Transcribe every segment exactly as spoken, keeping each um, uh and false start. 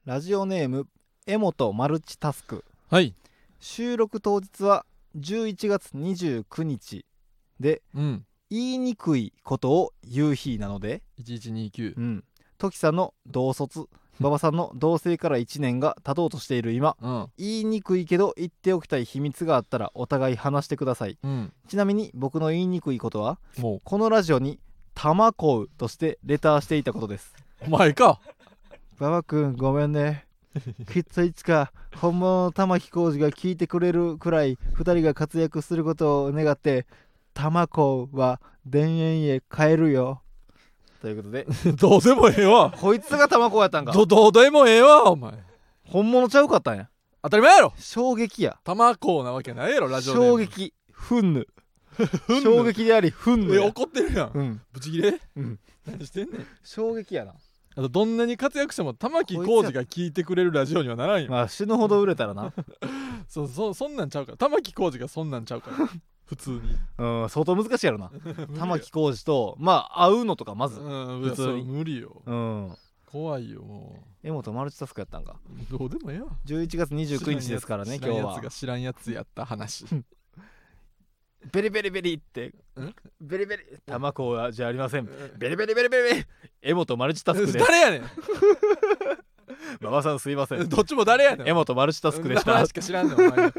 ラジオネーム江本マルチタスク。 はい。 収録当日はじゅういちがつにじゅうくにちで、 うん。 言いにくいことを言う日なので、 いちいちにきゅう。 うん、トキさんの同卒馬場さんの同棲からいちねんが経とうとしている今、 うん。 言いにくいけど言っておきたい秘密があったらお互い話してください。 うん。 ちなみに僕の言いにくいことは、 もこのラジオに玉こうとしてレターしていたことです。 うお前か。 馬場くんごめんねきっといつか本物の玉置浩二が聞いてくれるくらいふたりが活躍することを願って、玉こうは田園へ帰るよということでどうでもええわ。 こいつが玉こうやったんか。 どどうでもええわお前。 本物ちゃうかったんや。 当たり前やろ。 衝撃や。 玉こうなわけないやろラジオネーム。 衝撃ふんぬ衝撃でありふんぬや。 え怒ってるやん。 うんブチギレ。 うん何してんねん。 衝撃やな。 あとどんなに活躍しても玉置浩二が聞いてくれるラジオにはならんよ。 まあ死ぬほど売れたらなそうそうそんなんちゃうから玉置浩二がそんなんちゃうから普通にうん相当難しいやろな玉置浩二とまあ会うのとかまずうん普通に無理よ。 うん怖いよも江本マルチタスクやったんか。 う。どうでもええわ。 じゅういちがつにじゅうくにちですからね今日は。 知らんやつが知らんやつやった話。 ベリベリベリってんベリベリ玉子はじゃありません。ベリベリベリベリベリ江本マルチタスクです。 誰やねん。 馬場さんすいません。 どっちも誰やねん。 江本マルチタスクでした名前。しか知らんねんお前。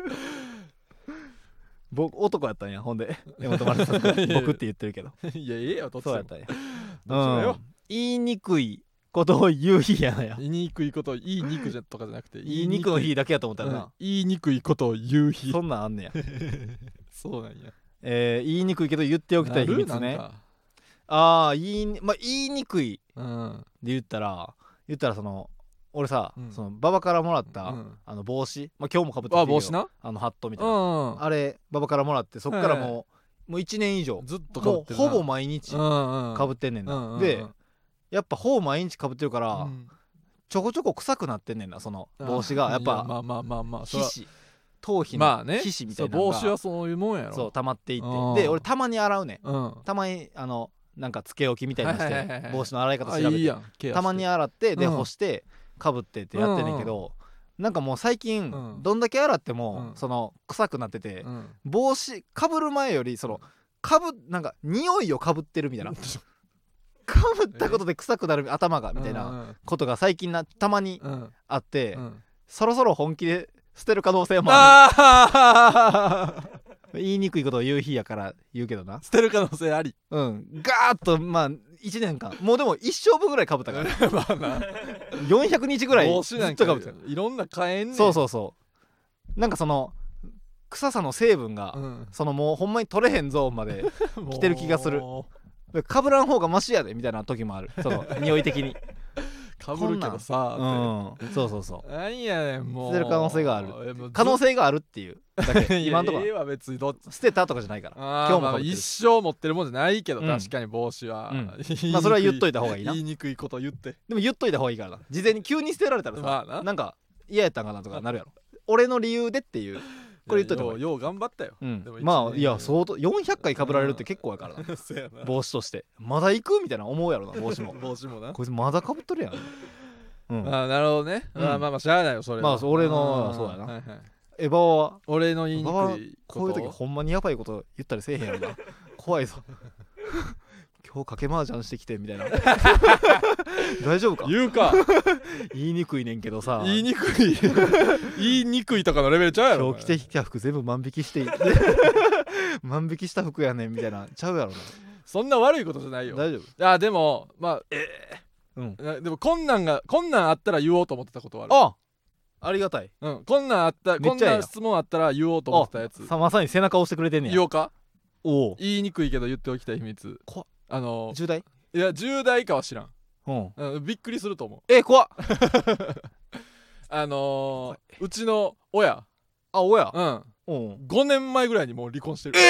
僕男やったんや。ほんで江本マルチタスク僕って言ってるけどいやええよどっちも。 そうやったんや。 どっちもええわ。 言いにくいことを言う日やなや。 言いにくいことをいい肉じゃとかじゃなくて言いにくの日だけやと思ったらうんな。 言いにくいことを言う日。 そんなんあんねや。 そうなんや。 えー、言いにくいけど言っておきたい秘密ね。ああ言いにまあ言いにくいうんで言ったら言ったらその俺さ、 うんその馬場からもらった、 うんあの帽子、まあ、今日もかぶってきてるよ。 あ帽子な。 あのハットみたういな、 んあれ馬場からもらってそっからもう、 はいもういちねん以上ずっとかぶってるな。 もうほぼ毎日うんうんかぶってんねんな、 うんうんうんでやっぱほぼ毎日かぶってるから、 うんちょこちょこ臭くなってんねんなその帽子がやっいぱまあまあまあまあそら皮脂頭皮のまあね皮脂みたそいうなのが、 帽子はそういうもんやろ。 そう溜まっていってうんで俺たまに洗うねん。 うんたまにあのなんかつけ置きみたいなのしはいはいはいはいて帽子の洗い方調べてあいいやんケアしてたまに洗ってでうん干してかぶってってやってんねんけど、なんかもう最近、 うんどんだけ洗っても、 うんその臭くなってて、 うん帽子かぶる前よりそのかぶなんか匂いをかぶってるみたいなかぶったことで臭くなる頭がみたいなことが最近なたまにうんうんあって、 うんそろそろ本気で捨てる可能性もあある。言いにくいことを言う日やから言うけどな。 捨てる可能性あり。 うんガーッとまあいちねんかんもうでも一生分ぐらいかぶったからまあなよんひゃくにちぐらいず帽子なんかっとかぶってた。 いろんな買えんねん。 そうそうそうなんかその臭さの成分が、 うんそのもうほんまに取れへんゾーンまで来てる気がするもかぶらん方がマシやでみたいな時もあるその匂い的に。 うかぶるけどさうんそうそうそうなんやねんもう捨てる可能性があるえもうず可能性があるっていうだけ今んとこいやええわ別にどっち捨てたとかじゃないからあーまあ今日もかぶってる一生持ってるもんじゃないけど、 うん確かに帽子は、 うん言いにくいまあそれは言っといた方がいいな。 言いにくいこと言ってでも言っといた方がいいからな事前に急に捨てられたらさ、 まあななんか嫌やったんかなとかなるやろ俺の理由でっていうこれ言っといた方がいい。 ようよう頑張ったよ、 うんでも一まあ年いや相当よんひゃっかいかぶられるって結構やからなそうやな帽子としてまだ行くみたいな思うやろな帽子も帽子もなこいつまだかぶっとるやん。うんああなるほどね、 うんまあまあまあしゃあないよそれはまあそ俺のんそうやなはいはいエヴァは俺の言いにエヴァはくいことこういう時ほんまにやばいこと言ったりせえへんやろな怖いぞ今日かけ麻雀してきてみたいな大丈夫か言うか言いにくいねんけどさ言いにくい言いにくいとかのレベルちゃうやろ今日着てきた服全部万引きして万引きした服やねんみたいなちゃうやろな。 そんな悪いことじゃないよ。 大丈夫。 あでもまあえうんー、でもこんなんがこんなんあったら言おうと思ってたことはある。 あありがたい。 うん、こんなんあったこんめっちゃええやんな質問あったら言おうと思ってたやつさまさに背中押してくれてんねや。 言おうか。 おお言いにくいけど言っておきたい秘密。 怖っあの重大。 いやじゅう代かは知らん、 うんうん、びっくりすると思う。 え怖っあのー、うちの親あ親うんうんごねんまえぐらいにもう離婚してる。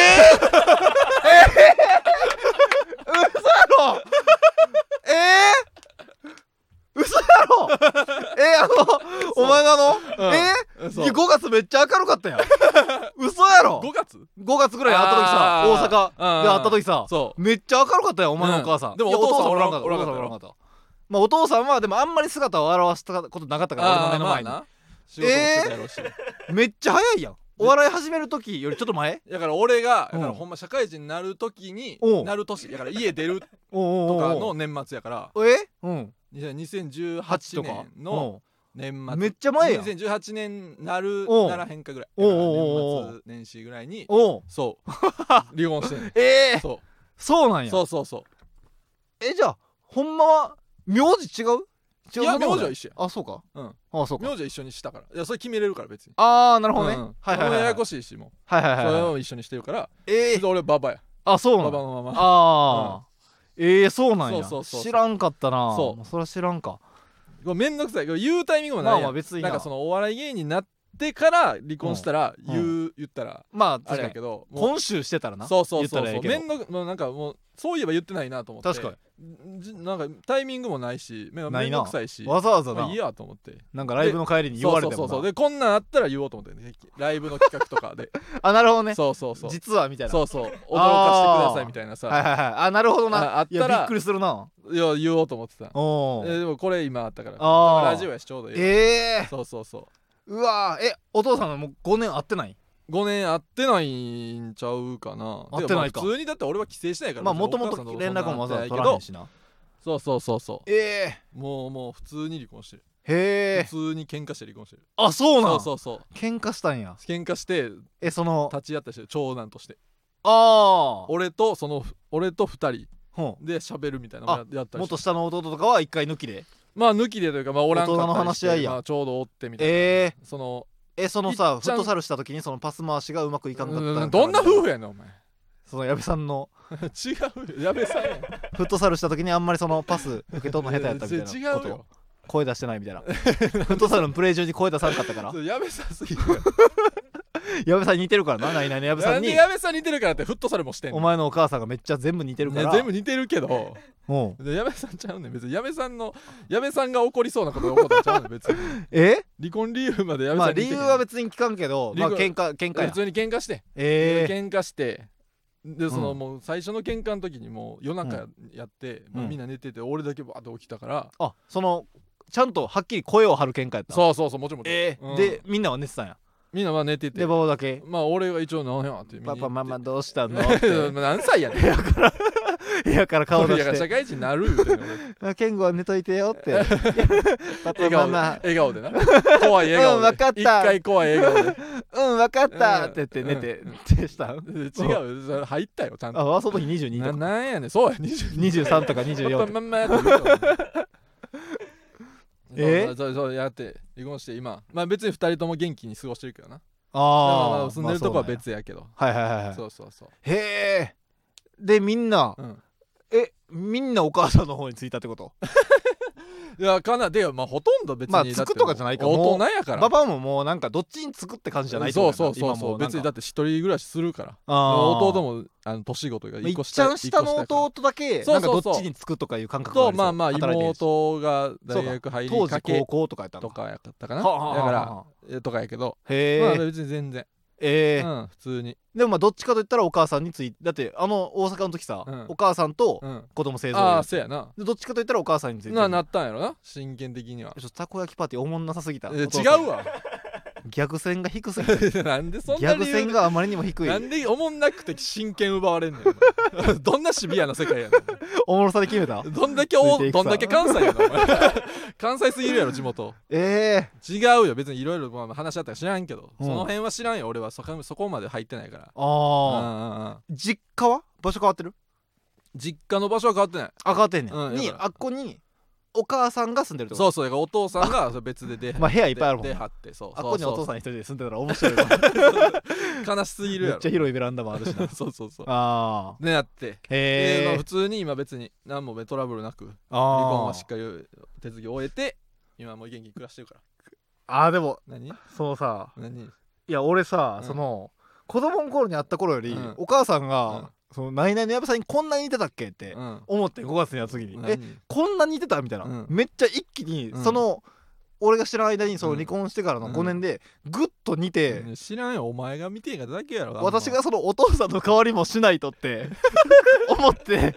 えー、嘘やろえー、あのお前のあの、 うんえー、 そうごがつめっちゃ明るかったやん嘘やろごがつごがつぐらいに会った時さあー大阪あーで会った時さそうめっちゃ明るかったよお前のお母さん、 うんでもいやお父さんおらんかったおらんかったおらんかったまあお父さんはでもあんまり姿を現したことなかったから俺の目の前に、 あーまあな仕事もしてたやろうし、 めっちゃ早いやん。お笑い始める時よりちょっと前。 だから俺がうんだからほんま社会人になる時におうなる年だから家出るおうおうおうとかの年末やからえうんにせんじゅうはちはちとかねんの年末めっちゃ前やんにせんじゅうはちねんなるおうならへんかぐらいおうおうおうおう年末年始ぐらいにおうそう離婚してんねんええそそうなんや。 うそうそうそうえじゃあほんまは名字違う違ういやそんなことない名字は一緒やあそうかうんあそうか名字は一緒にしたからいやそれ決めれるから別にああなるほどね、 うんうんはいはいはいはいもうややこしいしもうはいはいそれはいはいを一緒にしてるからええ俺ババやあそうなんババのままああ、ええそうなんや。 そうそうそうそう知らんかったな。 そうもそれは知らんか。 これめんどくさいこれ言うタイミングもないやんまあまあ別にななんかそのお笑い芸人になってから離婚したら言う、 う言ったらまああ確かにれやけどもう今週してたらな。 そうそうそうそう言ったらええけどめんどくもうなんかもうそういえば言ってないなと思って確かじなんかタイミングもないしめめんないなどくさいしわざわざな、 まあいいやと思ってなんかライブの帰りに言われてもな。 そうそうそうそうでこんなんあったら言おうと思ってねライブの企画とかであなるほどね。 そうそうそう実はみたいな。 そうそう驚かしてくださいみたいなさはいはいはい。あなるほどな。 ああったらいやびっくりするな。 いや言おうと思ってたおお。 えでもこれ今あったからあーラジオやしちょうどいいわええそうそうそううわーえお父さんもうごねん会ってない？ ごねん会ってないんちゃうかな会ってないかでもまあ普通にだって俺は帰省してないからまあもともと連絡もわざわざ取らへんしな。 そうそうそうそうええもうもう普通に離婚してるへえ普通に喧嘩して離婚してるあそうなん。 そうそうそう喧嘩したんや。 喧嘩してえその立ち会ったしてる長男としてああ俺とその俺とふたりほで喋るみたいなのをややっうたりして元下の弟とかは一回抜きで。 まあ抜きでというかまあおらんかったりして大人の話し合いやまあ、ちょうどおってみたいな、 ええそのえそのさいっちゃんフットサルした時にそのパス回しがうまくいかんかったうんどんな夫婦やねんお前その矢部さんの違うよ矢部さんやんフットサルした時にあんまりそのパス受け取るの下手やったみたい違なことうよ声出してないみたいなフットサルのプレー中に声出さんかったからそれ矢部さんすぎる矢部さんに似てるからな何々の矢部さなんんにで矢部さん似てるからってフットサルもしてんのお前のお母さんがめっちゃ全部似てるからね全部似てるけどうんで矢部さんちゃうねん別に矢部さんの矢部さんが怒りそうなことが起こったんちゃうねん別にえ離婚理由まで矢部まあさんに似てへん理由は別に聞かんけどまあ理由喧嘩喧嘩や普通に喧嘩してええ喧嘩してでそのうんもう最初の喧嘩の時にもう夜中やって、 うんもうみんな寝てて俺だけバーって起きたから、 あそのちゃんとはっきり声を張る喧嘩やったそうそうそうもちろんもちろん、 えうんーでみんなは寝てたんやみんなは寝ててでババだけまあ俺が一応何やって見に行ってパパママどうしたのって何歳やねん部屋から顔出いやして社会人になる言うてんの俺あケンゴは寝といてよってパパ笑顔でママ笑顔でな怖い笑顔でうんわかった一回怖い笑顔でうん分かったうんって言って寝てってしたん違うそれ入ったよちゃんとああその時にじゅうになとかなんやねんそうやにじゅうにじゅうさんとかにじゅうよんとかパパママって言うとえそうそうそうやって離婚して今まあ別にふたりとも元気に過ごしてるけどなあまあまああ住んでるとこはまあそうなんや別やけどはいはいはいはいそうそうそうへえでみんなうんえみんなお母さんの方に着いたってこといやかなでまあほとんど別にまあだってつくとかじゃないか大もう人やからババももうなんかどっちにつくって感じじゃないってそうことやなそうそうそう今もなんか別にだって一人暮らしするからあー弟もあの年子というかまあいっ一個下ちゃん下の一個やから弟だけそうそうそうなんかどっちにつくとかいう感覚がありそうとまあまあ働いてるし妹が大学入り当時かけ高校とかやったのとかやったかなはあはあだかはあらえとかやけどへえまあ別に全然ええうん普通にでもまあどっちかといったらお母さんについだってあの大阪の時さうんお母さんとうん子供生存ああそうやなでどっちかといったらお母さんについてるななったんやろな真剣的にはちょっとたこ焼きパーティーおもんなさすぎたえお父さん違うわ逆線が低すぎてなんでそんな逆理由線があまりにも低いなんでおもんなくて真剣奪われんねんお前どんなシビアな世界やねおもろさで決めたんどんだけついていくさおどんだけ関西やなお前関西すぎるやろ地元ええ違うよ別にいろいろ話し合ったか知らんけど、 うんその辺は知らんよ俺はそこそこまで入ってないからああうんうんうん実家は場所変わってる実家の場所は変わってないあ変わってんねん、にうんだからあっこにお母さんが住んでるってことそうそうだからお父さんがそれ別で出まあ部屋いっぱいあるもん出張ってそうあっこにお父さんん一人で住んでたら面白いわ悲しすぎるめやろっちゃ広いベランダもあるしなそうそうそうああでやってへえでまあ普通に今別に何もトラブルなくあー離婚はしっかり手続きを終えて今もう元気に暮らしてるからあーでも何そのさ何いや俺さ、 うんその子供の頃に会った頃より、 うんお母さんが、 うんそのナイナイの矢部さんにこんなに似てたっけってうん思ってごがつに会った時に、え何こんなに似てたみたいな、 うんめっちゃ一気に、 うんその俺が知らん間にそのうん離婚してからのごねんでぐっと似て、 うん知らんよお前が見てんかだけやろ私がそのお父さんの代わりもしないとって思って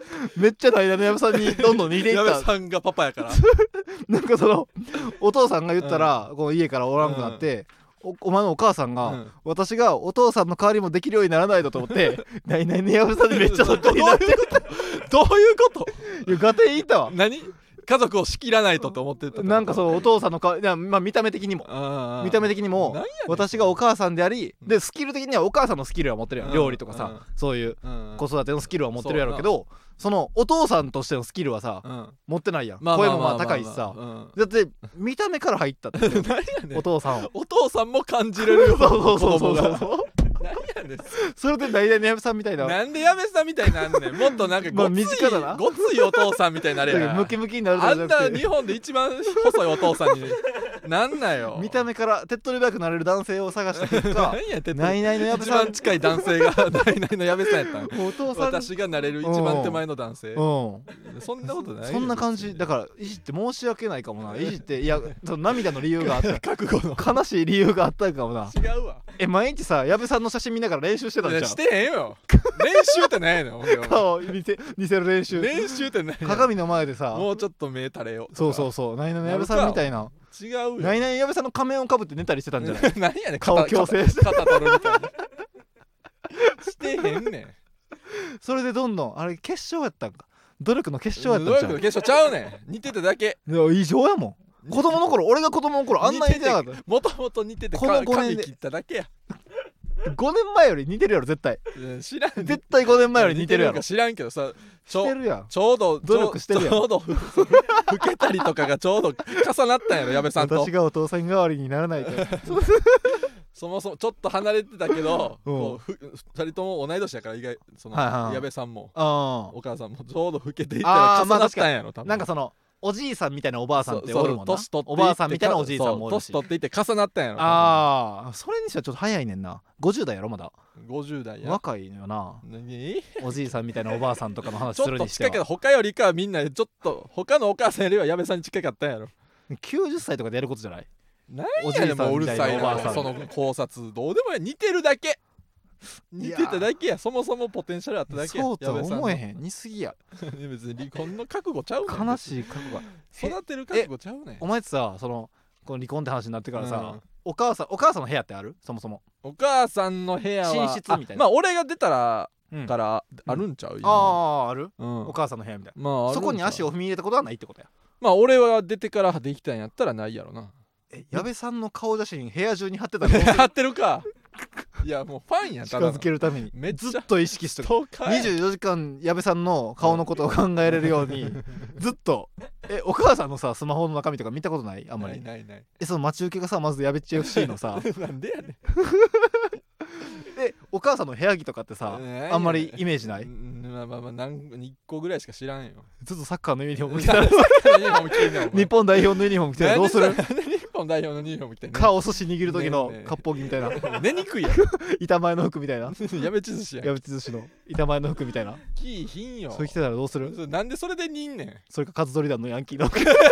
めっちゃ代打の矢部さんにどんどん似ていっ矢部たさんがパパやからなんかそのお父さんが言ったら、この家からおらんくなって、お, お前のお母さんが、 うん、 私がお父さんの代わりもできるようにならないとと思ってないないね矢部さんにめっちゃそっくりになってどういうこといやガテンいったわ何家族を仕切らないとって思ってたなんかそうお父さんのかいや、まあ、見た目的にも見た目的にも私がお母さんでありでスキル的にはお母さんのスキルは持ってるやん、うん、料理とかさ、うん、そういう子育てのスキルは持ってるやろうけど、そのお父さんとしてのスキルはさ、うん、持ってないやん、まあ、声もまあ高いしさ、だって見た目から入ったって何やねんお父さんをお父さんも感じれるよそうそうそうそうそう何やねんそれで代々の矢部さんみたいななんで矢部さんみたいになんねんもっとなんかごつい、 まあ、だなごついお父さんみたいになれやムキムキになるあんな日本で一番細いお父さんになんなよ見た目から手っ取り早くなれる男性を探した結果ないないの矢部さん一番近い男性がないないの矢部さんやったんお父さん私がなれる一番手前の男性、うん、そんなことないそんな感じだからいじって申し訳ないかもないじっていやその涙の理由があった覚悟の悲しい理由があったかもな違うわえ毎日さ矢部さんの写真見ながら練習してたんじゃんしてへんよ練習ってないの顔似せ似せる練習練習ってない鏡の前でさもうちょっと目垂れよそうそうそうないないの矢部さんみたいな違うよないない矢部さんの仮面をかぶって寝たりしてたんじゃない何やねん顔矯正して肩取るみたいなしてへんねんそれでどんどんあれ決勝やったんか努力の決勝やったんちゃう努力の決勝ちゃうねん似てただけいや異常やもん子供の頃俺が子供の頃あんなに似てなかったもともと似ててこのごねんで髪切っただけやごねんまえより似てるやろ絶対知らん絶対ごねんまえより似てるやろ知らんけどさちょしてるやんちょうど努力してるやんちょうど老けたりとかがちょうど重なったんやろ矢部さんと私がお父さん代わりにならないとそもそもちょっと離れてたけど、うん、こうふふたりとも同い年やから意外その、はいはい、矢部さんもお母さんもちょうど老けていったら重なったんやろ多分なんかそのおじいさんみたいなおばあさんっておるもんなおばあさんみたいなおじいさんもおるし年取っていって重なったんやろああそれにしてはちょっと早いねんなごじゅう代やろまだごじゅう代や若いのよな何おじいさんみたいなおばあさんとかの話するにしてはちょっと近いけど他よりかはみんなちょっと他のお母さんよりは矢部さんに近かったんやろきゅうじゅっさいとかでやることじゃない何やねんもううるさいなその考察どうでもいい似てるだけ似てただけやそもそもポテンシャルあっただけやそうとは思えへん似すぎや別に離婚の覚悟ちゃうねん悲しい覚悟が育てる覚悟ちゃうねんお前ってさそのこの離婚って話になってからさ、うん、お母さんお母さんの部屋ってあるそもそもお母さんの部屋は寝室みたいなまあ俺が出たらからあるんちゃう、 うん、ああある、うん、お母さんの部屋みたいな、まあ、そこに足を踏み入れたことはないってことやまあ俺は出てからできたんやったらないやろなえ矢部さんの顔写真部屋中に貼ってたの貼ってるかいやもうファンやん近づけるためにめっちゃずっと意識してるにじゅうよじかん矢部さんの顔のことを考えれるようにずっとえお母さんのさスマホの中身とか見たことないあんまりないないないえその待ち受けがさまずやべっち エフシー のさなんでやねんえお母さんの部屋着とかってさあんまりイメージない、 まあまあまあ何いっこぐらいしか知らんよずっとサッカーのユニフォーム着てたら日本代表のユニフォーム着てたらどうする日本代表のユニフォーム着てね顔寿司握る時の割烹着みたいな寝にくいや板前の服みたいなやべち寿司ややべち寿司の板前の服みたいなキーひんよそれ着てたらどうするなんでそれでにんねんそれかカツドリ団のヤンキーの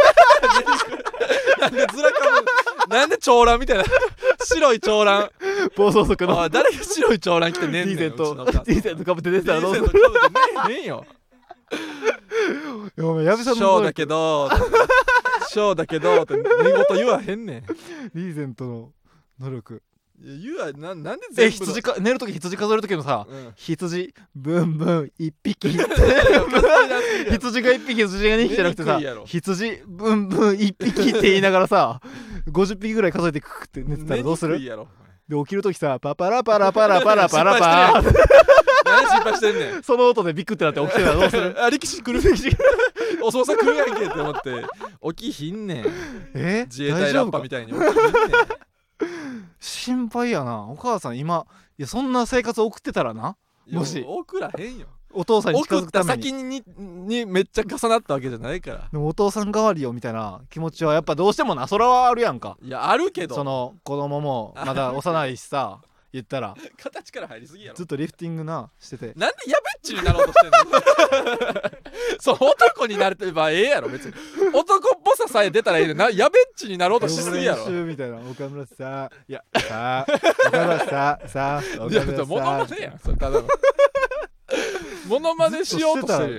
なんでずらかぶなんで長蘭みたいな白い長蘭暴走族の誰が白い長蘭着てねんねんディーゼントディーゼントかぶって出てたらどうするディーゼントかぶってねえねんよいやお前矢部さんのショーだけどショーだけどって寝言言わへんねんリーゼントの能力言わななんで全部え羊か寝るとき羊数えるときのさ、うん、羊ブンブン一匹羊が一匹羊が二匹じゃなくてさ羊ブンブン一匹って言いながらさごじゅっぴきぐらい数えてククって寝てたらどうするで起きるときさパパラパラパラパラパラパラ何心配してんねんその音でビックってなって起きてたらどうするあ力士来る力士お捜査来るやんけって思って起きひんねんえ自衛隊ラッパみたいに起きひんねん心配やなお母さん今いやそんな生活を送ってたらなもし送らへんよお父さんに近づくために送った先ににめっちゃ重なったわけじゃないからでもお父さん代わりよみたいな気持ちはやっぱどうしてもなそれはあるやんかいやあるけどその子供もまだ幼いしさ言ったら形から入りすぎやろずっとリフティングなしててなんでやべっちになろうとしてんのそう男になればええやろ別に男っぽささえ出たらいいのなやべっちになろうとしすぎやろみたいな岡村さんいやさあ岡村さんさあ岡村さんモノマネやんそれただのモノマネしようとしてるやん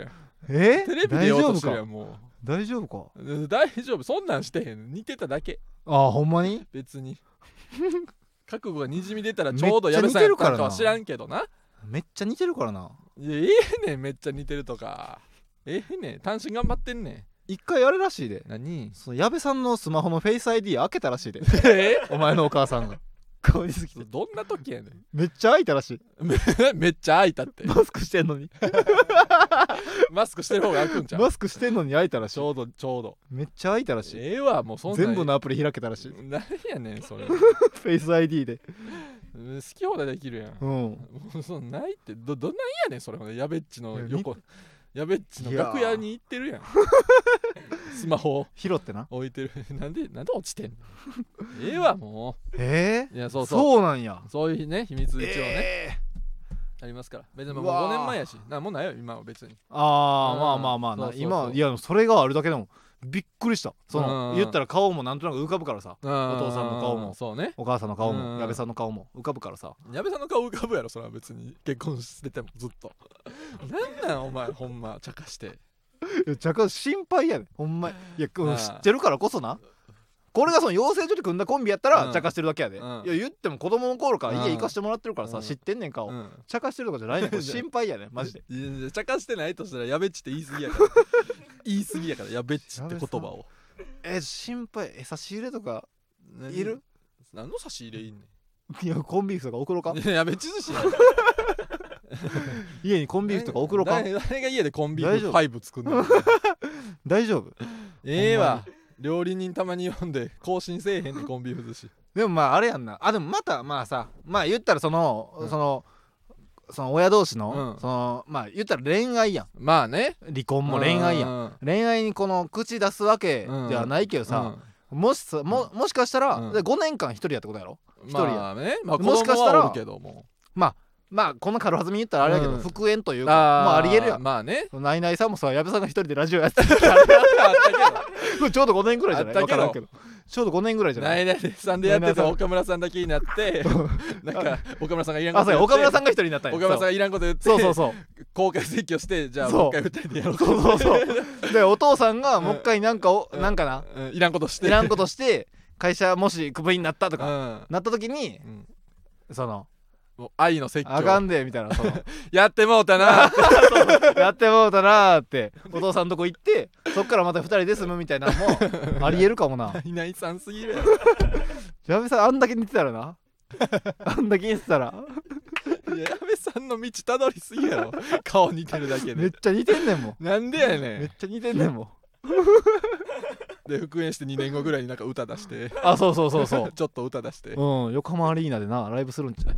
えテレビで言おうとしてるやんもう。 大丈夫か。 大丈夫、そんなんしてへん。似てただけ。 ああほんまに。 別に覚悟がにじみ出たらちょうど矢部さんやったんかは知らんけどな。 めっちゃ似てるからな。 いやええねん、めっちゃ似てるとか。ええねん、単身頑張ってんねん。 一回あれらしいで。 何？ その矢部さんのスマホのフェイス アイディー 開けたらしいで。 えお前のお母さんが顔にすぎてどんな時やねん。 めっちゃ開いたらしい。 めっちゃ開いたってマスクしてんのにマスクしてる方が開くんちゃう。 マスクしてんのに開いたらしい。 ちょうどちょうどめっちゃ開いたらしい。 ええわもうそんな全部のアプリ開けたらしい。 何やねんそれフェイス アイディー で好き放題できるやん。 うんもうそんないってどどんなんやねんそれ。やべっちの横やべっちの楽屋に行ってるやんスマホ拾ってな置いてるなんでなんで落ちてんのええわもう。えー、いやそうそうそうなんや。 そういうね秘密一応ね、 えー、ありますから。別にもううわーごねんまえやしなもうないよ今は別に。 ああ、 うんまあまあまあな。 そうそうそう今いやそれがあるだけでもびっくりした。そのうん言ったら顔もなんとなく浮かぶからさ。 お父さんの顔もそうね。 お母さんの顔うんも矢部さんの顔も浮かぶからさ。 矢部さんの顔浮かぶやろそれは。別に結婚しててもずっとなんなんお前ほんま茶化して。 いやちゃか心配やねほんま。いやなあ知ってるからこそな。これがその養成所で組んだコンビやったらうん茶化してるだけやで。いうんや言っても子供の頃からうん家行かしてもらってるからさうん知ってんねん顔。 うん茶化してるとかじゃないねん。これ心配やねマジで。 いやいや茶化してないとしたらやべっちって言い過ぎやから言い過ぎやからやべっちって言葉を。 え心配。え差し入れとかいる？ 何の差し入れいんねいやコンビーフとか送ろうかん。いややべっち寿司やん家にコンビーフとか送ろうか。 誰誰が家でコンビーフ大丈夫フ作んの大丈夫。 ええわ料理人たまに読んで更新せえへんねんコンビーフ寿司。 でもまああれやんな。あでもまたまあさまあ言ったらその、 うんそのその親同士の、 うんそのまあ言ったら恋愛やん。 まあね離婚も恋愛やん。 ん恋愛にこの口出すわけではないけどさ、もしさももしかしたら、 うんでごねんかん一人やってことやろ。 うん一人やまあねまあ子もしかしたら供はおるけどもまあまあこんな軽はずみに言ったらあれやけど、 うん復縁というかまあありえるやん。 まあねナイナイさんもさ矢部さんが一人でラジオやってたからこれちょうどごねんぐらいじゃない？ あったけど分からんけどちょうどごねんぐらいじゃない？ ナイナイさんでやってナイナイさんた岡村さんだけになってなんか岡村さんがいらんあそうやこと言って岡村さんが一人になったんや。 岡村さんがいらんこと言ってそうそうそう公開説教してじゃあそうもう一回二人でやろうそうそうそうでお父さんがもう一回なんかを、 うんなんかなうんいらんことしていらんことして会社もしクビになったとか、 うんなった時にうんそのもう愛の説教あかんでみたいなそのやってもうたなやってもうたなーってお父さんのとこ行ってそっからまたふたりで住むみたいなのもありえるかもな。 ナイナイさんすぎるやろ。 矢部さんあんだけ似てたらなあんだけ似てたらいや矢部さんの道たどりすぎやろ顔似てるだけで。 めっちゃ似てんねんもなんでやんめねっちゃ似てんねんもん。 ん。で復縁してにねんごぐらいになんか歌出してあそうそうそうそうちょっと歌出してうん横浜アリーナでなライブするんちゃう。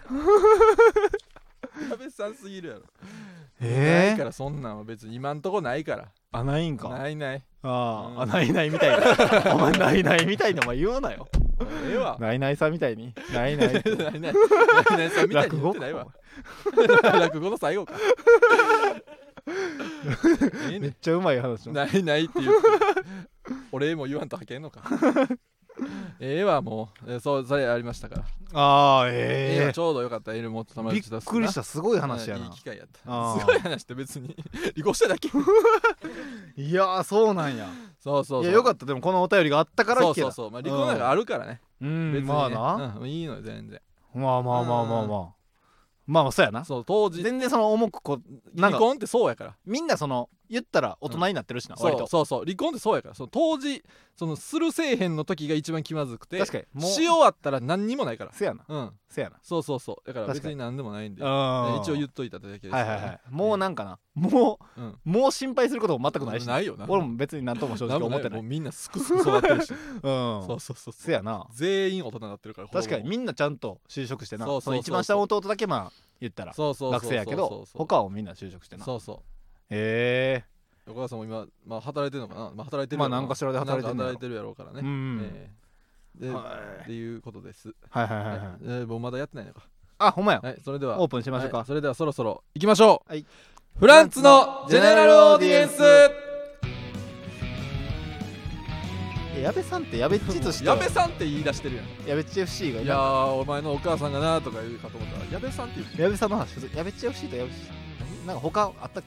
矢部さんすぎるやろ。 えーないからそんなんは別に今んとこないから。 あないんか。 ないない。 あー、 うんあないないみたいなお前ないないみたいなお前言うなよ。 ええわ。 ないないさんみたいにないないってないない。ないないさんみたいに言ってないわ。落語の最後か。ええねめっちゃうまい話ん。 だ。 ないないって言って。俺も言わんとはけんのか。ええわもう、えーそうそれありましたから。 ああええわえちょうどよかった。エルモット友えびっ達出すなくりしたすごい話やうんい。 ない機会やったあーすごい話って別に離婚しただけいやーそうなんや。 そうそうそういやよかったでもこのお便りがあったからそう聞けた。 そうそうまあ離婚なんかあるからねうん別にねまあな、 うんいいのよ全然まあまあまあまあまあまあまあそうやな。 そう当時全然その重くこうなんか離婚ってそうやからみんなその言ったら大人になってるしな、割とそうそうそう離婚ってそうやからその当時そのするせえへんの時が一番気まずくて確かにもうし終わったら何にもないからせやなうんせやなそうそうそうだから確かに別に何でもないんでうん一応言っといただけですはいはいはいもうなんかなもうんうもう心配することも全くないしないよな俺も別に何とも正直思ってない。 もうみんなすくすく育ってるしうんそうそうそうせやな全員大人になってるから確かにほぼみんなちゃんと就職してなそうそうそうそうその一番下の弟だけまあ言ったらそうそうそうそう学生やけど他はみんな就職してな。 そうそうへえお母さんも今、まあ、働いてるのかな、まあ、働いてるまあやろ何かしらで働いてるんだろうなんか働いてるやろうからね、 うんええで、 はいっていうことですはいはいはいはいえーもうまだやってないのかあほんまやはいそれではオープンしましょうかはいそれではそろそろ行きましょう、 はいフランツのジェネラルオーディエンスえ矢部さんって矢部っちとして矢部さんって言い出してるやん矢部っち エフシー がいいやなーお前のお母さんがなとか言うかと思ったら矢部さんって言う矢部さんの話矢部っち エフシー と矢部っちなんか他あったっけ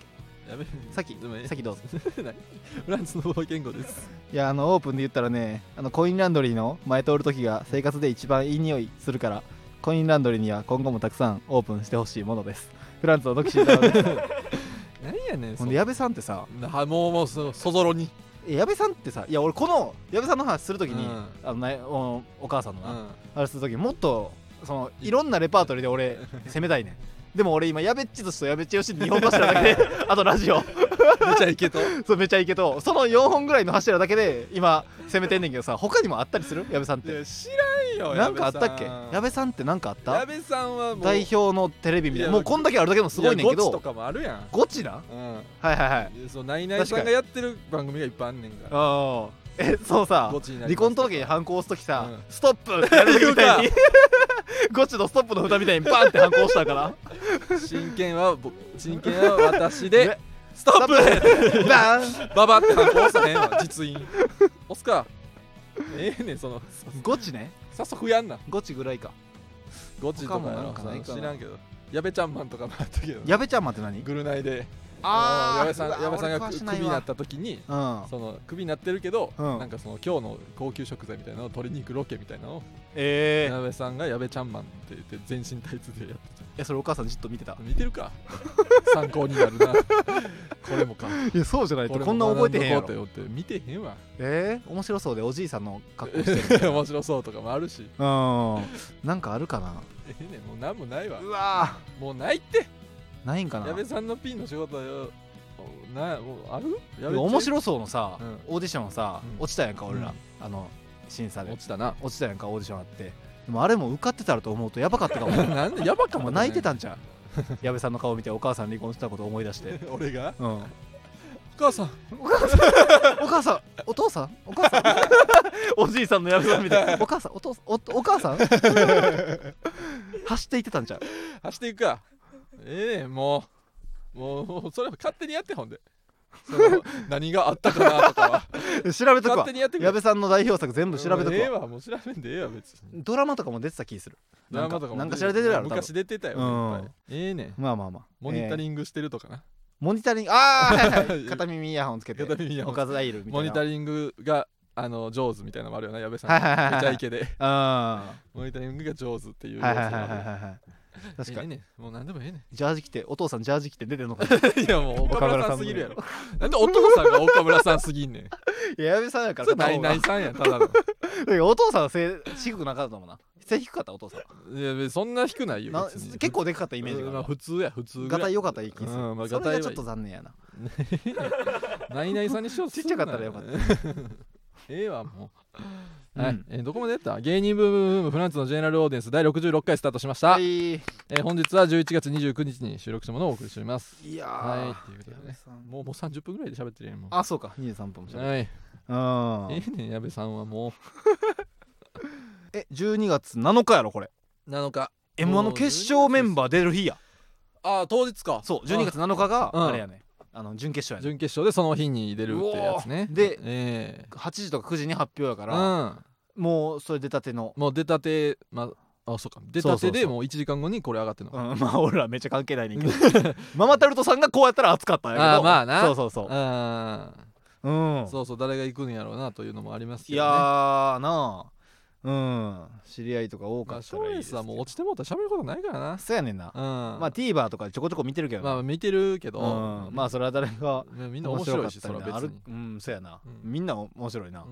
やべ先先どうぞフランスのボーイ言語です。 いやあのオープンで言ったらね、あのコインランドリーの前通る時が生活で一番いい匂いするから、コインランドリーには今後もたくさんオープンしてほしいものです。フランスのドキシー太郎です何やねん。 ほんで矢部さんってさ、 なもうもうそそぞろに矢部さんってさ、いや俺この矢部さんの話するときに、 うんあのね、お, お母さんのな、 うん、 あれするときもっとそのいろんなレパートリーで俺攻めたいねん。でも俺今やべっち寿司とやべっちよしにほん柱だけであとラジオめちゃいけとそうめちゃいけとそのよんほんぐらいの柱だけで今攻めてんねんけどさ、他にもあったりする矢部さんって。 知らんよ。 なんかあったっけ矢部さんってなんかあった？ 矢部さんはもう代表のテレビみたいな、もうこんだけあるだけでもすごいねんけど、 ゴチとかもあるやん。 ゴチな、 うん、 はいはいはい。 そうナイナイさんがやってる番組がいっぱいあんねんから。 ああえそうさ離婚届に反抗押すときさ、うん、ストップってやるときみたいにゴチのストップの蓋みたいにバンって反抗したから真剣は真剣は私でストップバンババって反抗押さへんわ実印押すか。ええねんそのゴチね。 早速やんな。 ゴチぐらいか。 ゴチとかなんかないかな知らんけど、矢部ちゃんマンとかもあったけど。 矢部ちゃんマンって何？ グルナイでああ矢部さん矢部さんがクビになった時に、 うん、 そのクビになってるけど、 うん、 なんかその今日の高級食材みたいなのを取りに行くロケみたいなのを、 えー、 矢部さんが矢部ちゃんマンって言って全身タイツでやってた。いやそれお母さんじっと見てた？ 見てるか参考になるなこれもか。 いやそうじゃないとこんな覚えてへんやろ。 って見てへんわ。 えー、面白そうでおじいさんの格好してる面白そうとかもあるし、 うんなんかあるかな。 ええねもうなんもないわ。 うわもうないってないんかな。 矢部さんのピンの仕事よなもうある面白そうのさ、 うん、 オーディションさ、うん、落ちたやんか俺ら、 うん、 あの審査で落ちたな落ちたやんかオーディションあって。でもあれも受かってたらと思うとやばかったかもなんでやばかも、 ね、泣いてたんちゃう矢部さんの顔見てお母さん離婚したこと思い出して俺が、 うん、お母さんお母さんお母さんお父さんお母さんおじいさんの矢部さんみたいお母さんお父さん お, お母さん走っていってたんちゃう。 走っていくか。ええー、もうもうそれは勝手にやってほんでその何があったかなとかは調べとくわ。 勝手にやってくれ。 矢部さんの代表作全部調べとくわ。 ええわもう調べんでええわ別に。 ドラマとかも出てた気する。 ドラマとかもなんかしら出てるやろ昔出てたよ、 うん、 ええねまあまあまあモニタリングしてるとかな、えー、 モニタリングああはいはい片耳イヤホンつけて片耳イヤホンおかずアイルみたいなモニタリングがあの上手みたいなのもあるよな矢部さん、 はいはいはいはい、 めちゃイケであモニタリングが上手っていうはいはいはいはいはい確かに、 ええねもう何でもええねジャージ着てお父さんジャージ着て出てんのかいやもう岡村さんすぎるやろなんでお父さんが岡村さんすぎんねんいや矢部さんやからそれナイナイさんやただのお父さんは背低くなかったもんな。背低かったお父さん。 いやそんな低ないよ結構でかかったイメージが、 まあ、普通や普通ぐらいガタイ良かったいい気する、 うんまあ、 それがちょっと残念やなナイナイさんにしようちっちゃかったらよかったええわもう、はい、うんえー、どこまでやった芸人ブームブームフランスのジェネラルオーディエンスだいろくじゅうろっかいスタートしました、はいえー、本日はじゅういちがつにじゅうくにちに収録したものをお送りしております。 いやー、 はい、ということでねもうもうさんじゅっぷんぐらいで喋ってるやんもう。 あそうかにじゅうさんぷんも喋ってる、 はいあええねん矢部さんはもうえじゅうにがつなのかやろこれなのかエムワン の決勝メンバー出る日や。 ああ当日か。 そうじゅうにがつなのかがあれやね、あの準決勝やね。 準決勝でその日に出るってやつね。 で、 えー、はちじとかくじに発表やから、 うん、 もうそれ出たてのもう出たてまあそうか出たてでもういちじかんごにこれ上がってんのか。 うん、まあ俺らめっちゃ関係ないねんけどママタルトさんがこうやったら熱かったんやけど。 あまあなそうそうそうあうん、 そうそう誰が行くんやろうなというのもありますけどね。 いやーなあうん知り合いとか多かったらいいですけど、 まあ、賞レースはもう落ちてもうたら喋ることないからな。 そうやねんな、うん、まあ TVer とかちょこちょこ見てるけどまあ見てるけど、 うん、まあそれは誰がみんな面白いしそれは別にうんそうやな、うん、みんな面白いな、うん、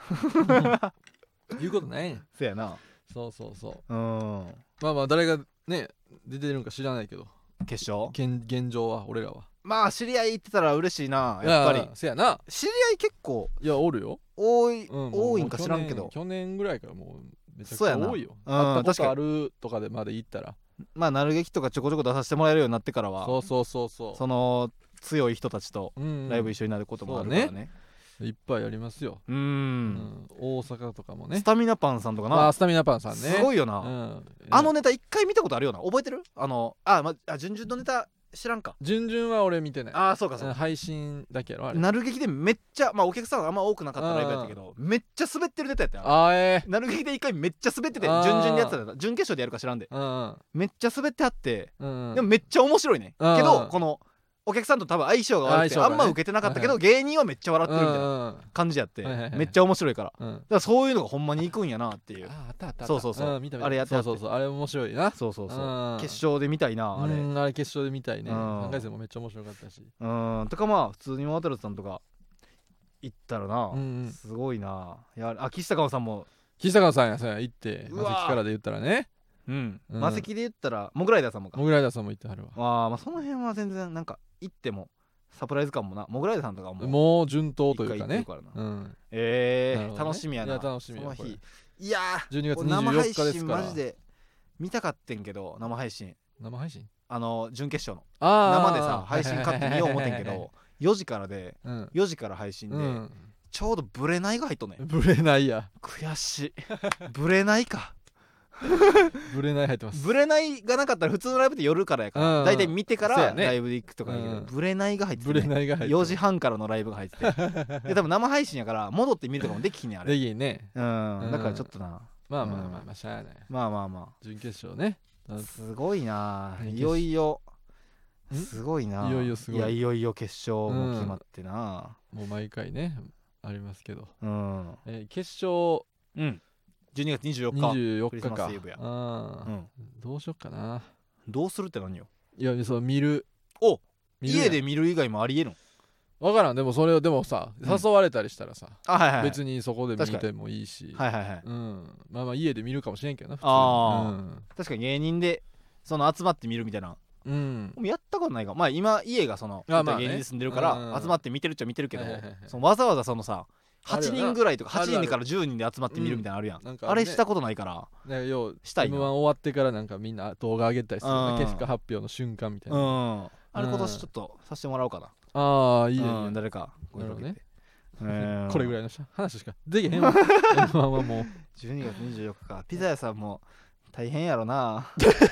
言うことないねんそうやなそうそうそう、 うん、 まあまあ誰がね出てるんか知らないけど決勝現, 現状は俺らはまあ知り合い行ってたら嬉しいなやっぱり。 せやな知り合い結構いやおるよ多い、 うん、 多いんか知らんけど去年ぐらいからもうめちゃくちゃ多いよ。会ったことあるとかでまで行ったらまあなる劇とかちょこちょこ出させてもらえるようになってからはそうそうそうそうその強い人たちとライブ一緒になることもあるからね、うんうんね、 いっぱいありますよ。 うん、うん、 大阪とかもねスタミナパンさんとかな。 あスタミナパンさんねすごいよな、 うん、 あのネタ一回見たことあるよな覚えてるあのあ、まあ、準々のネタ知らんか。 準々は俺見てない。 ああそうかそうか配信だけやろあれ。 なる劇でめっちゃまあお客さんあんま多くなかったライブやったけどめっちゃ滑ってるネタやったよ。 あーえー、 なる劇で一回めっちゃ滑ってて準々でやってた準決勝でやるか知らんで、 うんうん、 めっちゃ滑ってあって、 うんうん、 でもめっちゃ面白いねけどこのお客さんと多分相性が悪くて、 相性がねあんま受けてなかったけど、 はいはい芸人はめっちゃ笑ってるみたいな感じやって、 はいはいはいめっちゃ面白いから、だうんからそういうのがほんまに行くんやなっていう。 ああったあったあったそうそうそうん見た見たあれやってやってそうそうそうあれ面白いなそうそうそううん決勝で見たいなあれ。 うんあれ決勝で見たいねうんさんかい戦もめっちゃ面白かったしうんとかまあ普通に渡さんとか行ったらな、 うんうんすごいな。いやあ岸高さんも岸高さんやさ行ってうわーマセキからで言ったらねうん、 うんマセキで言ったらモグライダーさんもか。 モグライダーさんも行ってはるわあーまあその辺は全然なんか行ってもサプライズ感もな。モグライダーさんとかももう順当というかね一回行ってるからな。 うんえーなるほどね楽しみやな。 いや楽しみやそのこれ日いやじゅうにがつー 24 生配日です信からマジで見たかってんけど、生配信生配信あの準決勝のあ生でさ配信買って見よう思ってんけどよじからでうんよじから配信で、 うんちょうどブレないが入っとんねん。 ブレないや悔しいブレないかブレない入ってますブレないがなかったら普通のライブって夜からやからうんだいたい見てからそうやねライブで行くとかやけど、 うんブレないが入ってブて、ね、 レないが入ってよじはんからのライブが入っててで多分生配信やから戻って見るとかもできひんねんあれ。 できんねうんうんだからちょっとなまあまあまあまあしゃあないまあまあま準決勝ねあすごいな。 準決勝いよいよんすごいないよいよすごいやいよいよ決勝も決まってな。 もう毎回ねありますけどうんえー決勝うんじゅうにがつにじゅうよっかにじゅうよっクリかかスマスイブやあーうんどうしよっかなどうするって何よ。 いやそう見るお見るやん家で見る以外もありえるの。 わからんでもそれをでもさうん誘われたりしたらさあはいはい別にそこで見てもいいしはいはいはいうんまあまあ家で見るかもしれんけどな普通あに確かに芸人でその集まって見るみたいなうんうんやったことないか。まあ今家がそのあまあね芸人で住んでるかうんら集まって見てるっちゃ見てるけどはいはいはいはいそのわざわざそのさはちにんぐらいとかあるあるはちにんからじゅうにんで集まって見るみたいなのあるやん、 なんかあるねあれしたことないからね要はしたいエムな。 ワン終わってからなんかみんな動画上げたりするうん結果発表の瞬間みたいうなんあれ今年ちょっとさせてもらおうかな。 ああいいねいいねうん誰かなるほどねうんこれぐらいの話しかできへんわエムワンはもうじゅうにがつにじゅうよっかかピザ屋さんも大変やろな。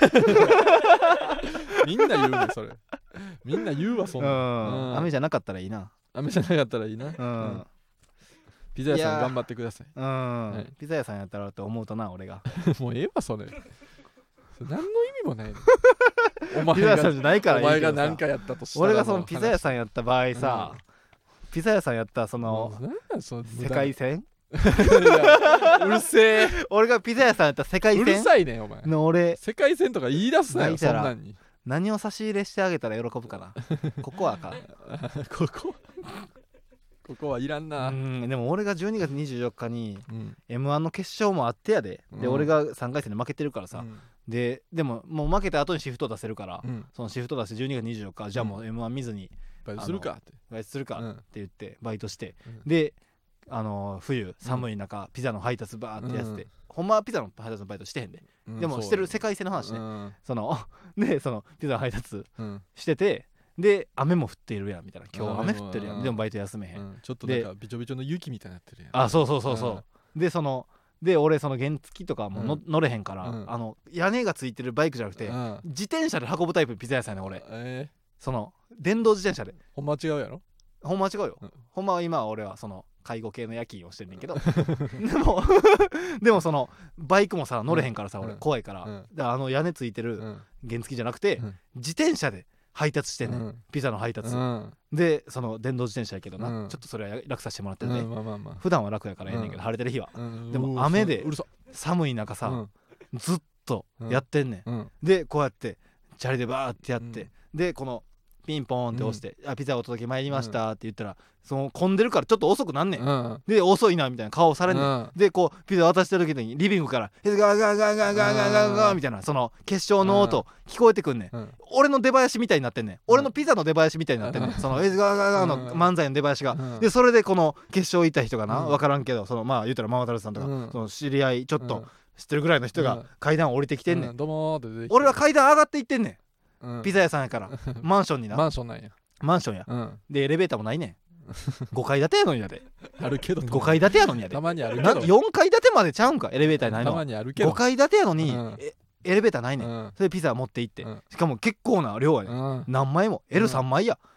みんな言うねそれみんな言うわそんうなんん雨じゃなかったらいいな。 雨じゃなかったらいいなううんんピザ屋いやーさん頑張ってくださいうん、 はいピザ屋さんやったらって思うとな俺がもうええわそれそれ何の意味もないのお前ピザ屋さんがじゃないからお前いいけどさが何かやったとしたら俺がそのピザ屋さんんやった場合さ、ピザ屋さんやったその何なんその無駄世界線いやうるせえ俺がピザ屋さんやった世界うる線さいねお前の俺世界線とか言い出すなよ泣いたらそんなんに何を差し入れしてあげたら喜ぶかなここはかここここはいらんうな、 んでも俺がじゅうにがつにじゅうよっかにうんエムワン の決勝もあってやで、でうん俺がさんかい戦で負けてるからさ、 うんででももう負けた後にシフト出せるから、 うんそのシフト出してじゅうにがつにじゅうよっかじゃあもう エムワン 見ずにバイトするかってバイトするかうんって言ってバイトして、 うんであのー冬寒い中、ピザの配達バーってやってて、 うんほんまはピザの配達のバイトしてへんで、 うんでもしてる世界線の話ね、 うんそのでそのピザの配達うんしててで雨も降っているやんみたいな今日うん雨降ってるやうんんでもバイト休めへん、 うんちょっとなんかびちょびちょの雪みたいになってるやんあそうそうそうそう、でそので俺その原付とかもの、 うん乗れへんから、 うんあの屋根がついてるバイクじゃなくて、 うん自転車で運ぶタイプピザ屋さんやねん俺えその電動自転車でーほんまは違うやろほんまは違うよ、 うんほんまは今は俺はその介護系の夜勤をしてんねんけどでもでもそのバイクもさ乗れへんからさ、 うん俺怖いから、 うんだからあの屋根ついてるうん原付じゃなくて、 うん自転車で配達してんねん、 うんピザの配達、 うんでその電動自転車やけどな、 うんちょっとそれは楽させてもらってうるね、 んまあまあまあ普段は楽やからええねんけど、 うん晴れてる日はうんでもうわ雨でうるさ寒い中さ、 うんずっとやってんねん、 うんでこうやってチャリでバーってやって、でこのピンポーンって押して「あピザお届け参りました」って言ったら、その混んでるからちょっと遅くなんねん、 うんで遅いなみたいな顔されんねん、 うんでこうピザ渡してる時にリビングから「ガーガーガーガーガーガーガーガーガー」みたいなその決勝の音聞こえてくんねん、 うん俺の出囃子みたいになってんねん、俺のピザの出囃子みたいになってんねん、その「えガーガーガー」の漫才の出囃子が、 うんでそれでこの決勝行った人がな、 うん分からんけどそのまあ言ったらママタルトさんとか、 うんその知り合いちょっうんと知ってるぐらいの人がうん階段降りてきてんねん、 うんどうもーって出てきて俺は階段上がっていってんねうんん、ピザ屋さんやからマンションにな、 マンションなんやマンションやうんでエレベーターもないねんごかい建てやのにやであるけどごかい建てやのにやでたまにあるけなどよんかい建てまでちゃうんかエレベーターないたのまにあるけどごかい建てやのに、 うんえエレベーターないねん、 うんそれでピザ持って行って、 うんしかも結構な量やねん、 うん何枚も エルさん 枚や、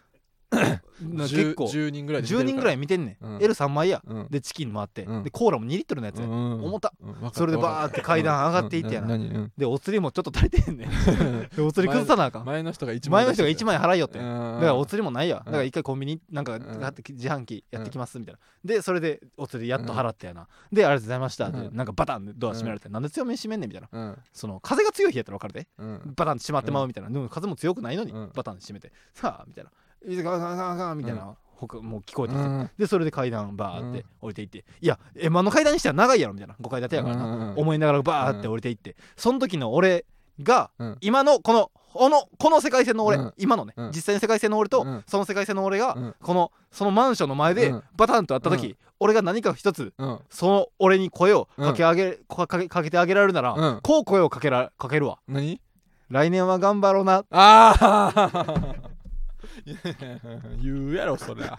結構じゅうにんぐらいでじゅうにんぐらい見てんねん、うん、エルさん 枚や、うん、でチキンもあって、うん、でコーラもにリットルのやつや、うん、重た、うん、それでバーって階段上がっていってやな、うん、でお釣りもちょっと足りてんねんでお釣り崩さなあかん、 前の人がいちまい前の人がいちまい払いよって、だからお釣りもないや、だから一回コンビニなんか自販機やってきますみたいな、でそれでお釣りやっと払ってやな、でありがとうございましたってなんかバタンでドア閉められて、なんで強めに閉めんねんみたいな、その風が強い日やったら分かるで、バタンって閉まってまうみたいな、でも風も強くないのにバタンって閉めて、さあみたいなガガガガみたいな、他もう聞こえてきて、うん、でそれで階段バーって降りていって、うん、いやエマの階段にしては長いやろみたいな、ごかい建てやからな、うん、思いながらバーって降りていって、その時の俺が、うん、今のこのこのこの世界線の俺、うん、今のね、うん、実際の世界線の俺と、うん、その世界線の俺が、うん、このそのマンションの前でバタンと会った時、うん、俺が何か一つ、うん、その俺に声をかけあげ、うん、かけかけてあげられるなら、うん、こう声をかけらかけるわ。 何？ 来年は頑張ろうな。 ああ言うやろそりゃ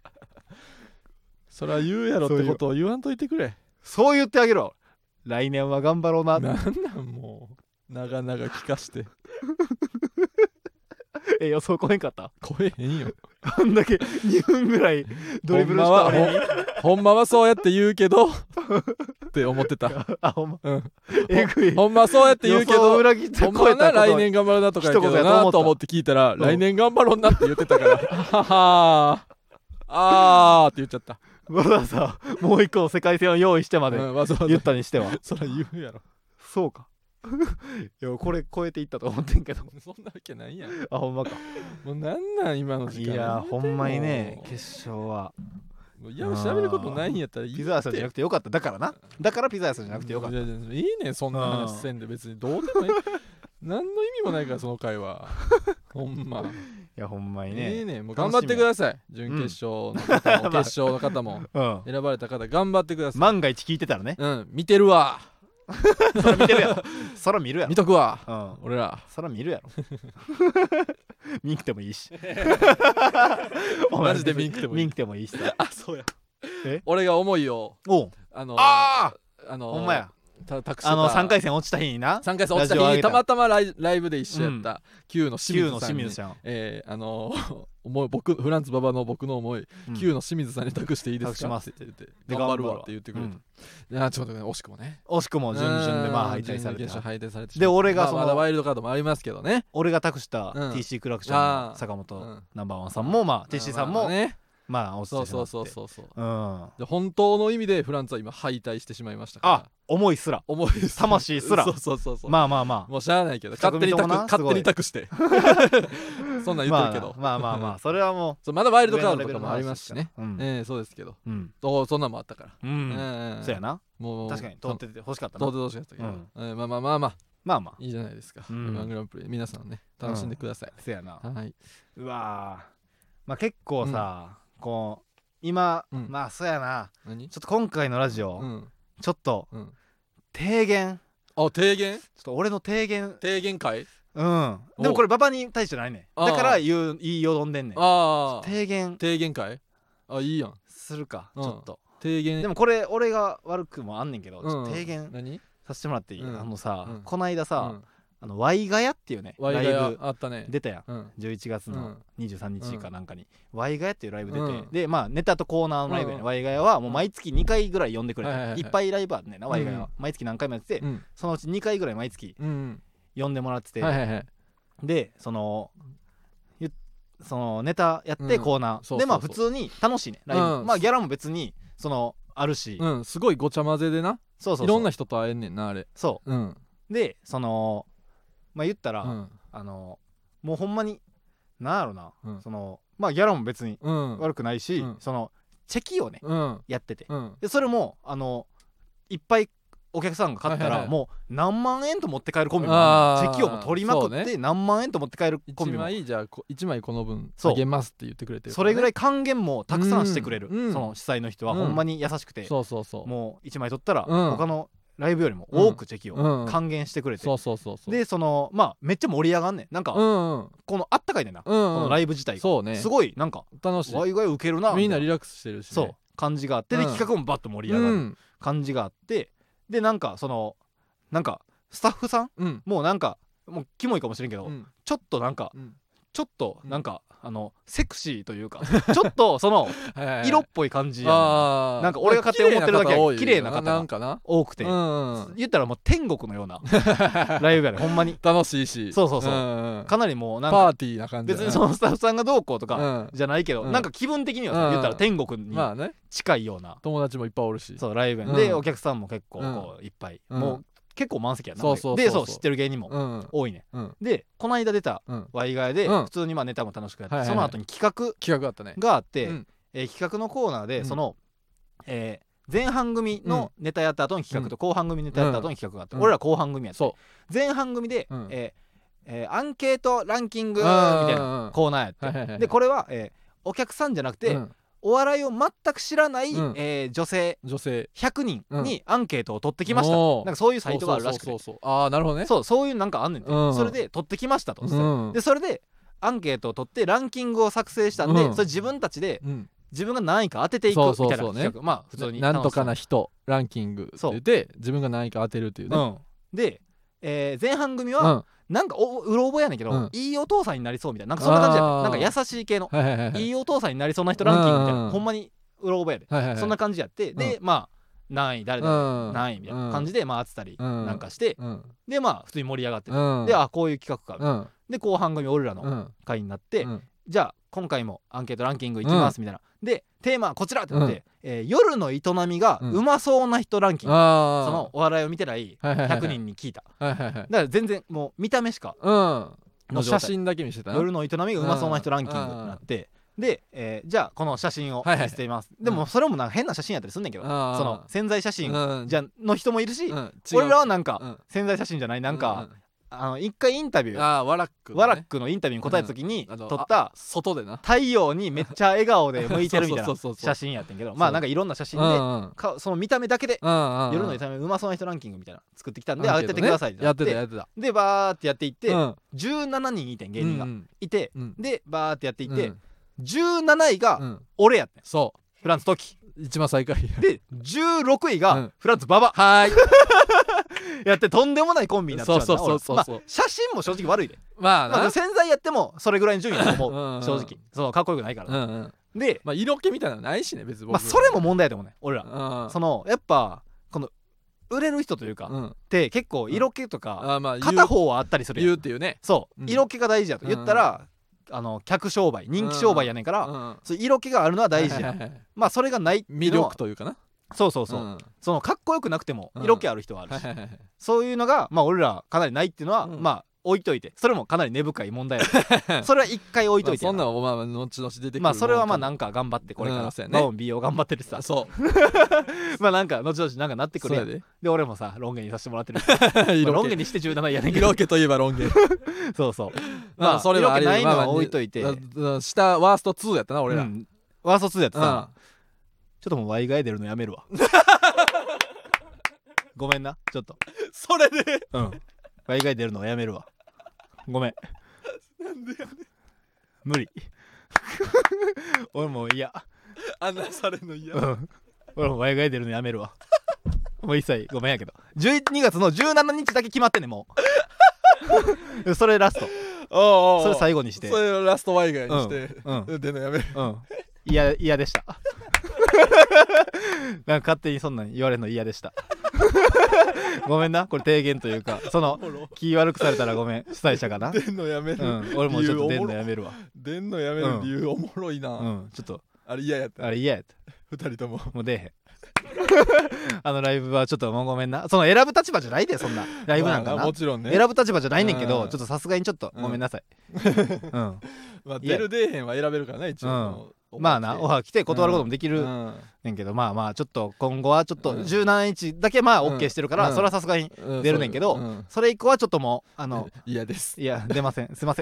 そりゃ言うやろってことを言わんといてくれ。 そう言ってあげろ。来年は頑張ろうな。 なんなんもう長々聞かしてえ予想来へんかった？ 来えへんよあんだけにふんぐらいドリブルした俺にほんまはそうやって言うけどって思ってた。 あほんま、 うん、 えぐい。 ほんまそうやって言うけど裏切ったほんまはな来年頑張ろうなとかやけどなと思って聞いたら、来年頑張ろうなって言ってたからははあーって言っちゃった。 わざわざもう一個の世界線を用意してまで言ったにしては、うん、 そりゃ言うやろ。 そうかいやこれ超えていったと思ってんけどそんなわけないやん。 あほんまか。 もうなんなん今の時間。 いやほんまにね決勝はもういや喋ることないんやったらいい。 ピザ屋さんじゃなくてよかった。だからなだからピザ屋さんじゃなくてよかった。いやいいねそんな話せんで別にどうでもいい何の意味もないからその会話ほんま。 いやほんまにねいいねもう頑張ってください。準決勝の方も、うん、決勝の方も、うん、選ばれた方頑張ってください。 万が一聞いてたらね。 うん見てるわそら見てるやろそら見るやろ。 見とくわ、 うん、 俺らそら見るやろミンクてもいいしマジでミンクてもいい。 ミンクてもいいしさ。 あそうや俺が思いをおあのああのほんまやたたあのさんかい戦落ちた日になさんかい戦落ちた日にたまたまライライブで一緒やった、うん、Q の清水さんに清水さん、 えー、あの思い僕フランツ馬場の僕の思い、うん、Q の清水さんに託していいですかって言って頑張るわって言ってくれて、うん、いやちょっとね惜しくもね惜しくも準々でまあ敗退されて敗退されてで俺がその、 まあ、まだワイルドカードもありますけどね。 俺が託した ティーシー クラクションの坂本ナンバーワンさんもまあ ティーシー さんもねまあ落ちてしまってそうそうそうそう、 うん、 で本当の意味でフランツは今敗退してしまいましたから。 あ思いすら思いすら魂すらそうそうそうそうまあまあまあもうしゃあないけど勝手に託勝手に託してそんなん言ってるけど、 まあ、まあまあまあそれはもうそうまだワイルドカードとかもありますしね、うん、えー、そうですけど、 うん、 そんなんもあったから、 うんえー、そうやなもう確かに通ってて欲しかったな。 通ってて欲しかったけど、うんえー、まあまあまあまあまあまあいいじゃないですか、うん、エムワングランプリ皆さんね楽しんでください、 うん、そうやな、 はい、 うわまあ結構さ、うん、こう今、うん、まあそうやなちょっと今回のラジオ、うん、ちょっと、うん、提言あ提言ちょっと俺の提言提言会うんでもこれ馬場に対してないねんだから言う言いよどんでんねん。あ提言提言会あいいやんするか、うん、ちょっと提言でもこれ俺が悪くもあんねんけど、うん、ちょっと提言何させてもらっていい、うん、あのさ、うん、こないださ、うんあのワイガヤっていうねライブあったね出たやん、うん、じゅういちがつのにじゅうさんにちかなんかに、うん、ワイガヤっていうライブ出て、うん、でまあネタとコーナーのライブやね、うん、ワイガヤはもう毎月にかいぐらい呼んでくれて、うん、いっぱいライブあんねんな、うん、ワイガヤは毎月何回もやってて、うん、そのうちにかいぐらい毎月呼んでもらってて、うん、でそのそのネタやってコーナー、うん、そうそうそうでまあ普通に楽しいねライブ、うん、まあギャラも別にそのあるし、 うん、すごいごちゃ混ぜでなそうそうそういろんな人と会えんねんなあれそう、うん、でそのまあ言ったら、うん、あのもうほんまになんやろな、うん、そのまあギャラも別に悪くないし、うん、そのチェキをね、うん、やってて、うん、でそれもあのいっぱいお客さんが買ったら、はいはいはい、もう何万円と持って帰るコンビもあるチェキをも取りまくって、ね、何万円と持って帰るコンビもいちまいじゃあいちまいこの分あげますって言ってくれてる、ね、 それぐらい還元もたくさんしてくれる、うん、その主催の人はほんまに優しくて、 うん、そうそうそうもういちまい取ったら、うん、他のライブよりも多くチェキを還元してくれて、 そうそうそうそうでそのまあめっちゃ盛り上がんねんなんか、うんうん、このあったかいねんな、うんうん、このライブ自体がそう、ね、すごいなんか楽しいワイワイウケるなみんなリラックスしてるし、ね、 そう感じがあって、で、うん、企画もバッと盛り上がる感じがあって、でなんかそのなんかスタッフさん、うん、もうなんかもうキモいかもしれんけど、うん、ちょっとなんか、うん、 ちょっとなんか、うん、あのセクシーというかちょっとその色っぽい感じやんなんか俺が勝手に思ってるだけや綺麗な方が多くて、うんうん、言ったらもう天国のようなライブやねほんまに楽しいしそうそうそう、うんうん、かなりもうなんかパーティーな感じ別にそのスタッフさんがどうこうとかじゃないけど、うん、なんか気分的にはさ、うん、言ったら天国に近いような、まあね、 友達もいっぱいおるしそうライブや、うん、でお客さんも結構こういっぱい、うん、もう結構満席やな。 そうそうそうそうでそう知ってる芸人も多いね、うん、でこの間出たワイガヤで普通にまあネタも楽しくやって、うん、その後に企画企画があったねがあって、うんえー、企画のコーナーでその、うんえー、前半組のネタやった後に企画と後半組ネタやった後に企画があって、うん、俺ら後半組やって、そう前半組で、うんえーえー、アンケートランキングみたいなコーナーやって、はいはいはい、でこれは、えー、お客さんじゃなくて、うんお笑いを全く知らない、うんえー、女性女性ひゃくにんにアンケートを取ってきました、うん、なんかそういうサイトがあるらしくてそうそうそうそうああなるほどねそうそういうなんかあんねんて、うん、それで取ってきましたと、うん、でそれでアンケートを取ってランキングを作成したんで、うん、それ自分たちで、うん、自分が何位か当てていくみたいな企画、そうそうそうね、まあ普通になんとかな人ランキングって言って自分が何位か当てるっていうね、うん、 で、えー、前半組は、うんなんかおうろ覚えやねんけど、うん、いいお父さんになりそうみたいななんかそんな感じやねんなんか優しい系の、はいはいはい、いいお父さんになりそうな人ランキングみたいなほんまにうろ覚えやで、はいはいはい、そんな感じやって、うん、でまあ何位誰々何位みたいな感じで回ってたりなんかして、うん、でまあ普通に盛り上がってる、うん、であこういう企画か、うん、で後半組俺らの回になって、うん、じゃあ今回もアンケートランキングいきますみたいな、うん、でテーマはこちらってなって、うんえー、夜の営みがうまそうな人ランキング、うん、そのお笑いを見てないひゃくにんに聞いた、はいはいはい、だから全然もう見た目しか、 うん、の写真だけ見せたな夜の営みがうまそうな人ランキングになって、で、えー、じゃあこの写真を見せています、はいはい、でもそれもなんか変な写真やったりすんねんけど、うん、その宣材写真じゃの人もいるし、うん、俺らはなんか、うん、宣材写真じゃないなんか、うん、あの一回インタビューあーワラック、ね、 ワラックのインタビューに答えた時に、うん、撮った外でな太陽にめっちゃ笑顔で向いてるみたいな写真やってんけどまあなんかいろんな写真で、うんうん、かその見た目だけで、うんうんうん、夜の営みうまそうな人ランキングみたいな作ってきたんで当ててくださいってやってたやってたでバーってやっていって、うん、じゅうななにんいてん芸人が、うん、いて、うん、でバーってやっていって、うんじゅうなないが俺やってん、うん、 そうフランツトキ一番最下位でじゅうろくいがフランツ馬場、 うん、はーいやってとんでもないコンビになっちゃうんだそうそうそうそう、まあ、 写真も正直悪いでまあな、 まあ、潜在やってもそれぐらいの順位だと思ううん、うん、正直そうかっこよくないから、うんうん、で、 まあ、色気みたいなのないしね別に僕、 まあ、それも問題だと思うね俺ら、うん、そのやっぱこの売れる人というか、うん、って結構色気とか、うんあまあ、片方はあったりする言うっていうねそう、うん、色気が大事だと言ったら、うんあの客商売人気商売やねんから、うんうん、そう色気があるのは大事や、はいはいはい、まあそれがない魅力というかなそうそうそう、うん、そのかっこよくなくても色気ある人はあるし、うんはいはいはい、そういうのがまあ俺らかなりないっていうのは、うん、まあ置いといてそれもかなり根深い問題やそれは一回置いといてまあそんなのまあ後々出てくるまあそれはまあなんか頑張ってこれから、うんね、マオン美容頑張ってるしさそうまあなんか後々なんかなってくるやんでで俺もさロン毛にさせてもらってるまあロン毛にしてじゅうなないやねんけど色気といえばロン毛そうそうまあそれはあれないのは置いといて、 まあ、下ワーストツーやったな俺ら、うん、 ワーストツーやってさ、うん、ちょっともうワイガヤ出るのやめるわごめんなちょっとそれでうんワイガヤ出るのやめるわごめんなんでやねん無理俺もう嫌あんなされるの嫌、うん、俺もワイガヤ出るのやめるわもう一切ごめんやけどじゅうにがつのじゅうしちにちだけ決まってんねんもうそれラストおうおうおうそれ最後にしてそれをラストワイガヤにして、うんうん、出るのやめるうん嫌嫌でしたなんか勝手にそんなん言われるの嫌でしたごめんなこれ提言というかその気悪くされたらごめん主催者かな出んのやめる、 うん、俺もちょっと出んのやめるわ出んのやめる理由おもろいな、 うんうん、ちょっとあれ嫌やったあれ嫌やったふたりとももう出えへんあのライブはちょっっともうごめんなその選ぶ立場じゃないでそんなライブなんかな、 まあ、もちろんね選ぶ立場じゃないねんけど、うん、ちょっとさすがにちょっとごめんなさい、 うんまあ、出る出えへんは選べるからね一応、 うん、まあなオファー来て断ることもできるねんけど、うん、まあまあちょっと今後はちょっとじゅうしちにちだけまあ OK してるから、うん、それはさすがに出るねんけど、うん、それ以降はちょっともうあの嫌ですいや出ませんすいません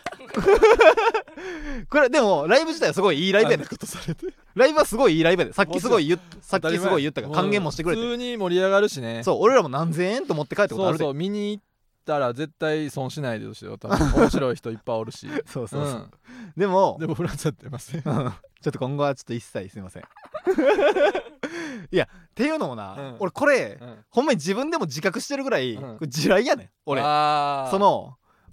これでもライブ自体はすごいいいライブやねんライブはすごいいいライブやでさっきすごい言っさっきすごい言ったから還元もしてくれて普通に盛り上がるしねそう俺らも何千円と思って帰ったことあるでそうそう見に行ったら絶対損しないでしょ多分面白い人いっぱいおるしそうそうそう、うん、でもでもフランスやってますねちょっと今後はちょっと一切すいませんいやっていうのもな、うん、俺これ、うん、ほんまに自分でも自覚してるぐらい、うん、これ地雷やねん俺その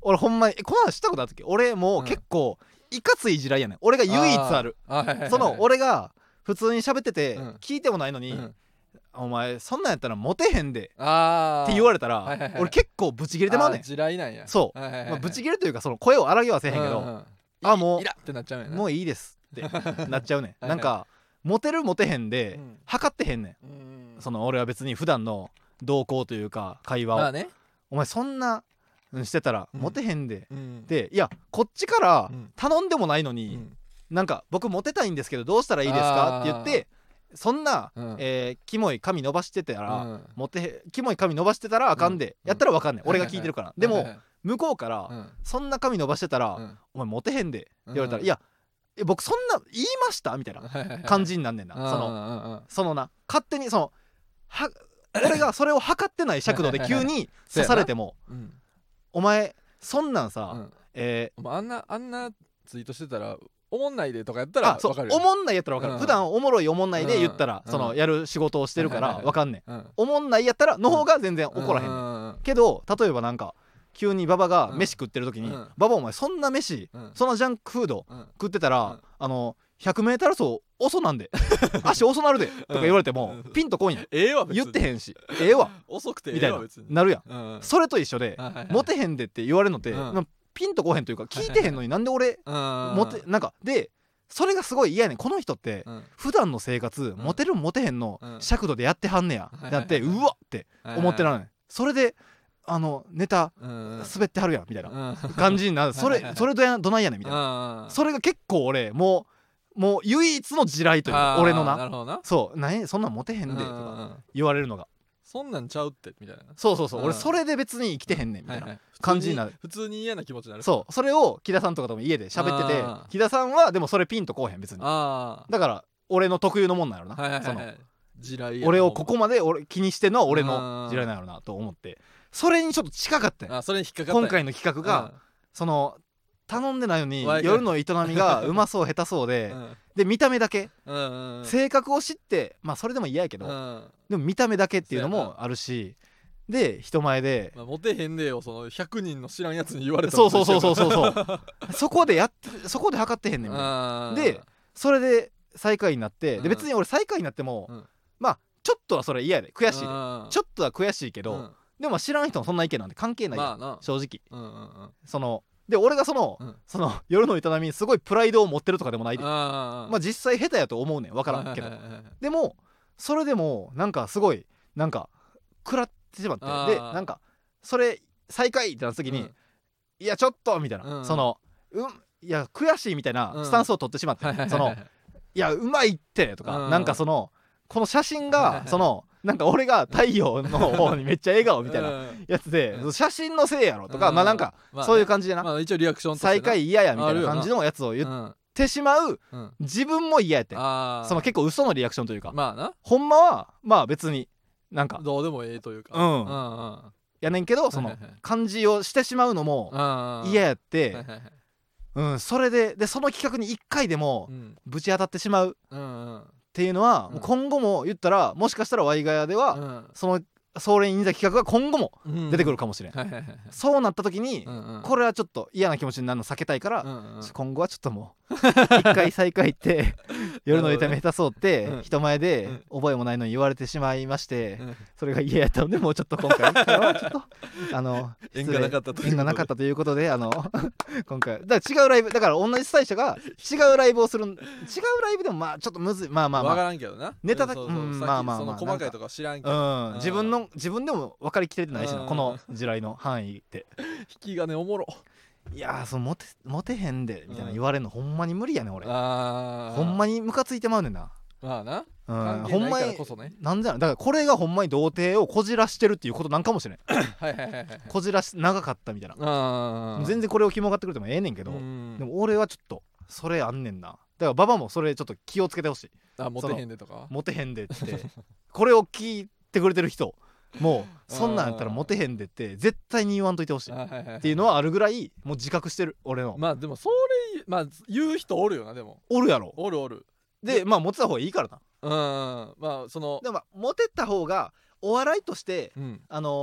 俺ほんまにこの話したことあったっけ。俺もう結構いかつい地雷やねん俺が唯一ある。その俺が普通に喋ってて聞いてもないのに、お前そんなんやったらモテへんでって言われたら俺結構ブチギレてまうねん。 地雷なんや。 そう、まあ、ブチギレというかその声を荒げはせへんけど、うんうん、あもうイラってなっちゃうねん。 もういいですってなっちゃうねん。なんかモテるモテへんで、うん、測ってへんねん、うん、その俺は別に普段の動向というか会話を、まあね、お前そんなしてたらモテへんで、うん、でいやこっちから頼んでもないのに、うん、なんか僕モテたいんですけどどうしたらいいですかって言ってそんな、うんえー、キモい髪伸ばしてたら、うん、モテキモい髪伸ばしてたらあかんで、うん、やったらわかんねん、うん、俺が聞いてるから、でも向こうから、うん、そんな髪伸ばしてたら、うん、お前モテへんでって言われたら、うん、いや僕そんな言いましたみたいな感じになんねんな。そのそのな勝手にそのは俺がそれを測ってない尺度で急に刺されてもうん、お前そんなんさ、うんえー、あんなあんなツイートしてたらおもんないでとかやったら分かるよ。 おもんないやったら分かる、うん、普段おもろいおもんないで言ったら、うん、そのやる仕事をしてるから分かんねん、うん、おもんないやったらの方が全然怒らへんねん、うん、けど例えばなんか急にババが飯食ってる時に、うん、ババお前そんな飯、うん、そんなジャンクフード食ってたら、うん、あのひゃくメートル走遅なんで足遅なるでとか言われても、うん、ピンとこいんやん。 ええわ言ってへんしええわ遅くてええわ別になるやん、うん、それと一緒で、はいはい、モテへんでって言われるのって、うん、ピンとこへんというか聞いてへんのになんで俺モテなんかでそれがすごい嫌やねん。この人って、うん、普段の生活、うん、モテるモテへんの尺度でやってはんねや、うん、だってうわって思ってらんねん。それであのネタ滑ってはるやんみたいな感じになる。それそれどやどないやねんみたいな。それが結構俺もうもう唯一の地雷というか俺の な, なそう何そんなんモテへんでとか言われるのがそんなんちゃうってみたいな。 そうそうそう、俺それで別に生きてへんねんみたいな感じになる。 普通に嫌な気持ちになる。 そうそれを木田さんとかとも家で喋ってて、木田さんはでもそれピンとこうへん別に。だから俺の特有のもんなんやろな、はいはいはい、その地雷や俺をここまで俺気にしてんのは俺の地雷なんやろなと思って、それにちょっと近かったよ。 あそれに引っかかった。 今回の企画がその頼んでないのに夜の営みがうまそう下手そうで、うん、で見た目だけ、うんうんうん、性格を知ってまあそれでも嫌やけど、うん、でも見た目だけっていうのもあるし、で人前で、 まあ、モテへんでよそのひゃくにんの知らんやつに言われたそうそうそうそうそうそうそこでやってそこで測ってへんねんみたいな。でそれで最下位になって、で別に俺最下位になっても、うん、まあちょっとはそれ嫌やで悔しいで、ちょっとは悔しいけど、うん、でも知らん人のそんな意見なんて関係ないよ、まあ、正直、うんうんうん、そので俺がその、うん、その夜の営みにすごいプライドを持ってるとかでもないで、あまあ実際下手やと思うねん分からんけど、でもそれでもなんかすごいなんか食らってしまって、でなんかそれ最下位ってなった時に、うん、いやちょっとみたいな、うん、そのうんいや悔しいみたいなスタンスを取ってしまって、うん、そのいやうまいってとか、うん、なんかそのこの写真がそのなんか俺が太陽の方にめっちゃ笑顔みたいなやつで、うん、写真のせいやろとか、うん、まあなんかそういう感じでな、 まあ、一応リアクションと最下位嫌やみたいな感じのやつを言ってしまう、うん、自分も嫌やって、うん、その結構嘘のリアクションというか、まあなほんまはまあ別になんかどうでもええというか、 うんうんうん、やねんけどその感じをしてしまうのも嫌やって、うん、それででその企画にいっかいでもぶち当たってしまう、うんうんっていうのは、うん、今後も言ったらもしかしたらワイガヤでは、うん、そのそれに似た企画が今後も出てくるかもしれん、うん、そうなった時に、うんうん、これはちょっと嫌な気持ちになるの避けたいから、うんうん、今後はちょっともう一回最下位って夜の営み下手そうって、うん、人前で覚えもないのに言われてしまいまして、うん、それが嫌やったのでもうちょっと今回はちょっとあの縁がなかったということで縁がなかったということであの今回だから違うライブだから同じ主催者が違うライブをする違うライブでもまあちょっとむずいまあまあまあ分からんけどなネタだけまあまあその細かいとか知らんけど、 うん、自分の自分でも分かりきれてないしなこの地雷の範囲って引きがねおもろいやーそのモテモテへんでみたいな言われるの、うん、ほんまに無理やねん俺あほんまにムカついてまうねんなまあな、 うん、ほんまになんでやろだからこれがほんまに童貞をこじらしてるっていうことなんかもしれんはいはいはい、はい、こじらし長かったみたいなあ全然これを肝がってくれてもええねんけど、うん、でも俺はちょっとそれあんねんなだから馬場もそれちょっと気をつけてほしいあモテへんでとかモテへんでってこれを聞いてくれてる人もうそんなんやったらモテへんでって絶対に言わんといてほしいっていうのはあるぐらいもう自覚してる俺のまあでもそれまあ言う人おるよなでもおるやろおるおるでまあモテた方がいいからなうんまあそのでもモテた方がお笑いとして、うん、あの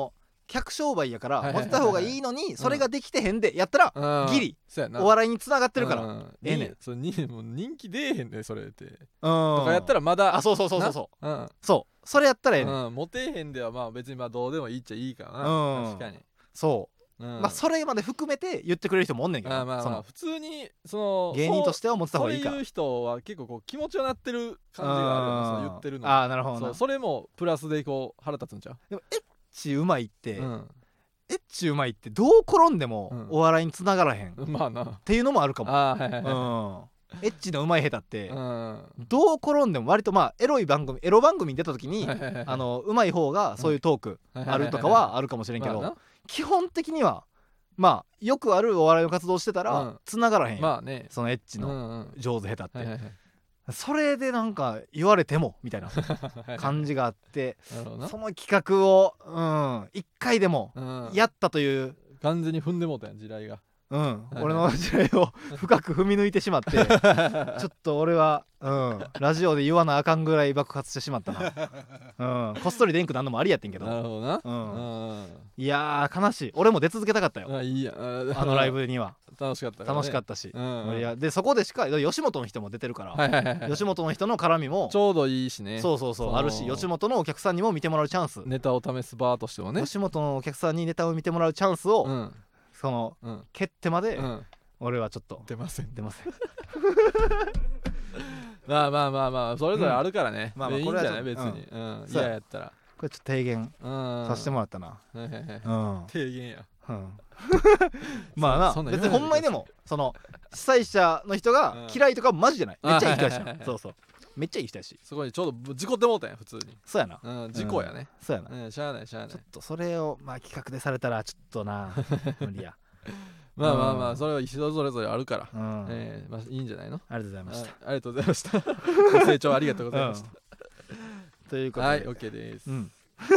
客商売やからはいはいはいはいモテた方がいいのにそれができてへんでやったらうんギリそうやなお笑いに繋がってるからうんええねんにそうにもう人気出えへんねそれってととかやったらまだあそうそうそうそうそううんそうそれやったらええねんうんモテへんではまあ別にまあどうでもいいっちゃいいかなうん確かにそううんまあそれまで含めて言ってくれる人もおんねんけどまあまあそのまあ普通にその芸人としてはモテた方がいいからそういう人は結構こう気持ちよなってる感じがあるよねそう言ってるのああなるほどなそうそれもプラスでこう腹立つんちゃでもエッチうまいってううんエッチうまいってどう転んでもうんお笑いに繋がらへんっまあなていうのもあるかもあーはいはいうんはエッチのうまい下手っていうんどう転んでも割とまあエロい番組エロ番組に出た時にはいはいはいあのうまい方がそういうトークあるとかはあるかもしれんけどまあな基本的にはまあよくあるお笑いの活動してたらうん繋がらへんやんまあねそのエッチのうんうん上手下手ってはいはいはいそれでなんか言われてもみたいな感じがあってなるほどなその企画をうん一回でもうんやったという完全に踏んでもうたやん地雷がうんはい俺の時代を深く踏み抜いてしまってちょっと俺はうんラジオで言わなあかんぐらい爆発してしまったなうんこっそりでんくなんのもありやってんけどなるほどなうんうんいやー悲しい俺も出続けたかったよあいいやあのライブには楽しかったからね楽しかったしうんうんいやでそこでしか吉本の人も出てるからはいはいはいはい吉本の人の絡みもちょうどいいしねそうそうそうそのあるし吉本のお客さんにも見てもらうチャンスネタを試す場としてもね吉本のお客さんにネタを見てもらうチャンスをうんそのうん蹴ってまでうん俺はちょっと出ません出ませんまあまあまあまあそれぞれあるからねうんまあまあいいんじゃないこれはちょっと別にうんそうや嫌やったらこれちょっと提言うんさせてもらったなはいはいはいうん提言やうんまあな別そんなん言わないでにほんまにでもその主催者の人が嫌いとかマジじゃないめっちゃいい人やしあはいはいはいはいそうそうめっちゃいい人やしそこにちょうど事故ってもうたんや普通にそうやなうん事故やねそうやなうんしゃあないしゃあないちょっとそれをまあ企画でされたらちょっとな無理やまあまあまうんあそれは人それぞれあるからうんあえーまあいいんじゃないのりがとうございましたあありがとうございましたご清聴ありがとうございましたということではい OK ですうん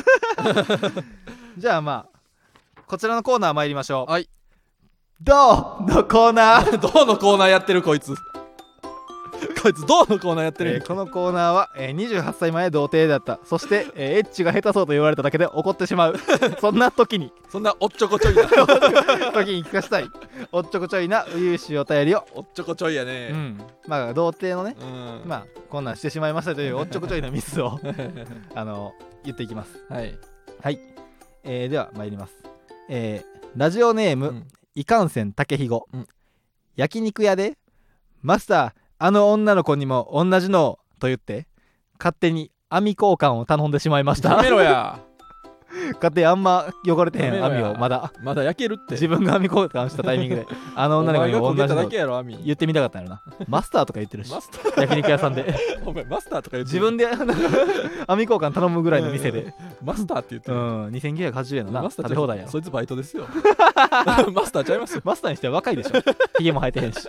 じゃあまあこちらのコーナー参りましょうはいどうのコーナーどうのコーナーやってるこいつこいつどうのコーナーやってるえーこのコーナーは、えー、にじゅうはっさいまえ童貞だったそして、えーエッチが下手そうと言われただけで怒ってしまうそんな時にそんなおっちょこちょいな時に聞かしたいおっちょこちょいな初々しいお便りを、 おっちょこちょいやうねん、まあ童貞のね、 うんまあこんなんしてしまいましたというおっちょこちょいなミスをあの言っていきますはいはい、えー、では参ります、えー、ラジオネーム、 うんいかんせんたけひご、 うん焼肉屋でマスターあの女の子にも同じのをと言って勝手に網交換を頼んでしまいましたやめろや勝手にあんま汚れてへんやめろや網をまだまだ焼けるって自分が網交換したタイミングであのお女の子に前がこけたも同じのをだけやろアミ言ってみたかったんやろなマスターとか言ってるしマスター焼肉屋さんでお前マスターとか言って自分で網交換頼むぐらいの店でマスターって言ってうるんにせんきゅうひゃくはちじゅうえんのなマスター食べ放題やろそいつバイトですよマスターちゃいますよマスターにしては若いでしょヒゲも生えてへんし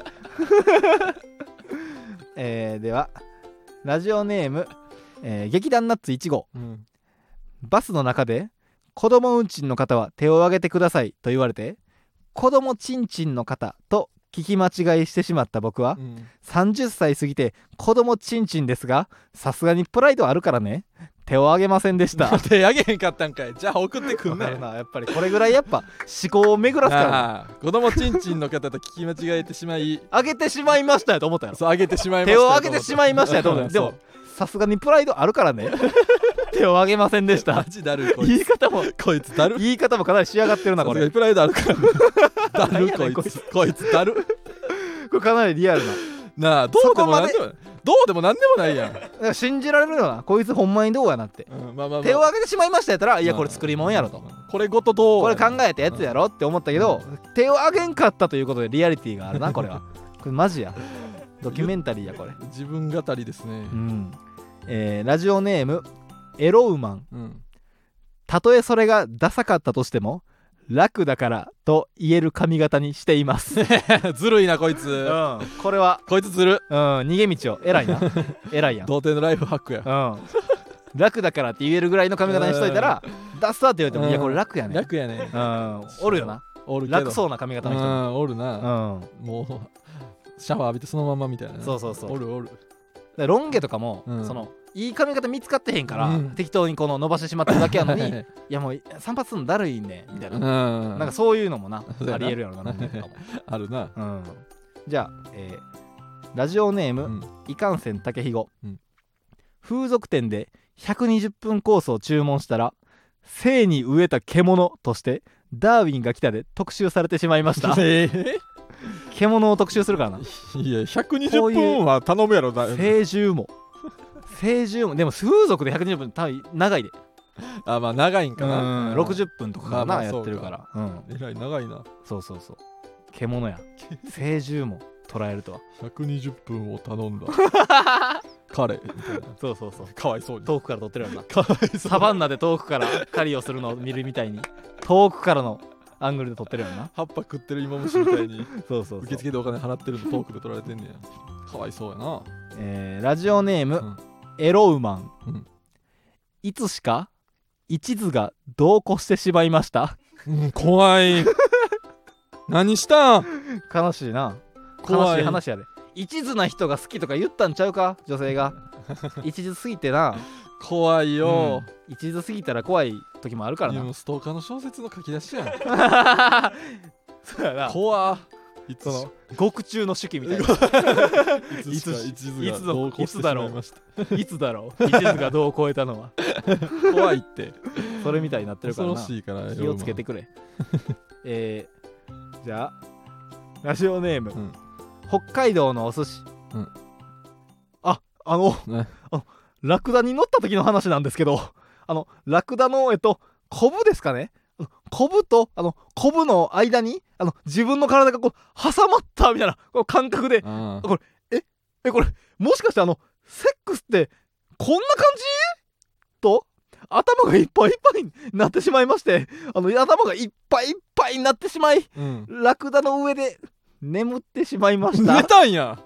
えー、ではラジオネーム、えー劇団ナッツいち号うんバスの中で子供運賃の方は手を挙げてくださいと言われて子供ちんちんの方と聞き間違いしてしまった僕はうんさんじゅっさい過ぎて子供ちんちんですがさすがにプライドあるからね手を挙げませんでした手あげへんかったんかいじゃあ送ってくんなわかよるなやっぱりこれぐらいやっぱ思考を巡らすからああ子供ちんちんの方と聞き間違えてしまいあげてしまいましたよと思ったやろそうあげてしまいました手を挙げてしまいましたよと思ったよでもさすがにプライドあるからね手を挙げませんでしマたジだるいこいつ言い方もこいつだる言い方もかなり仕上がってるなこれさすがにプライドあるからねだる何やねんこいつこいつだるこれかなりリアルななあどうでもなんでもどうでもなんでもないやんだから信じられるよなこいつほんまにどうやなってうんまあまあまあ手を挙げてしまいましたやったらいやこれ作り物やろとこれごとどうこれ考えたやつやろって思ったけど手を挙げんかったということでリアリティがあるなこれはこれマジやドキュメンタリーやこれ自分語りですねうんえーラジオネームエロウマンうんたとえそれがダサかったとしても楽だからと言える髪型にしていますずるいなこいつうんこれはこいつずるうん逃げ道を偉いな偉いやん童貞のライフハックやうん楽だからって言えるぐらいの髪型にしといたらダッサーって言われてもうんいやこれ楽やねん楽やねうんおるよなおるけど楽そうな髪型うの人もんおるなうんもうシャワー浴びてそのままみたいなそうそうそうおるおるでロン毛とかも、 うんそのいい髪型見つかってへんから、 うん適当にこの伸ばしてしまってるだけやのにいやもう散髪するのだるいねみたいな、 うんなんかそういうのもなそうやなありえるやろななんかもあるな。 うん、じゃあ、えーラジオネーム、 うんいかんせんたけひご、 うん風俗店でひゃくにじゅっぷんコースを注文したら性に飢えた獣としてダーウィンが来たで特集されてしまいましたえー獣を特集するからな。 いやひゃくにじゅっぷんは頼むやろだ。 成獣も成獣もでも風俗でひゃくにじゅっぷん多分長いで、 あまあ長いんかうな。 んろくじゅっぷんとかかな、 まあまあやってるからうん、 えらい長いな。 そうそうそう獣や成獣も捉えるとはひゃくにじゅっぷんを頼んだ彼みたいな。 そうそうそうかわいそうに。 遠くから撮ってるやろなかわいそう。 サバンナで遠くから狩りをするのを見るみたいに遠くからのアングルで撮ってるよな。 葉っぱ食ってる芋虫みたいにそうそうそう受付でお金払ってるの遠くで取られてんねや。かわいそうやな。 えーラジオネーム、 うんエロウマン、 うんいつしか一途が同行してしまいました。 うん、怖い何したん。 悲しいな。 怖い悲しい話やで。一途な人が好きとか言ったんちゃうか女性が一途すぎてな、 怖いよ、 うん一途すぎたら怖い時もあるからな。 いやもうストーカーの小説の書き出しやん。 そうやな。 怖いつその獄中の手記みたいな。 いつしか一途がいつの同行してしまいました。 いつだろう一途がどう超えたのは。 怖いってそれみたいになってるからな。 恐ろしいから気をつけてくれ。えー、じゃあラジオネーム、 うん北海道のお寿司、 うん、 ああのねあのラクダに乗った時の話なんですけど、あのラクダのえっとコブですかね、コブとあのコブの間にあの自分の体がこう挟まったみたいなこの感覚で、 あこれええこれもしかしてあのセックスってこんな感じと頭がいっぱいいっぱいになってしまいまして、あの頭がいっぱいいっぱいになってしまい、 うん、 ラクダの上で眠ってしまいました。 寝たんや。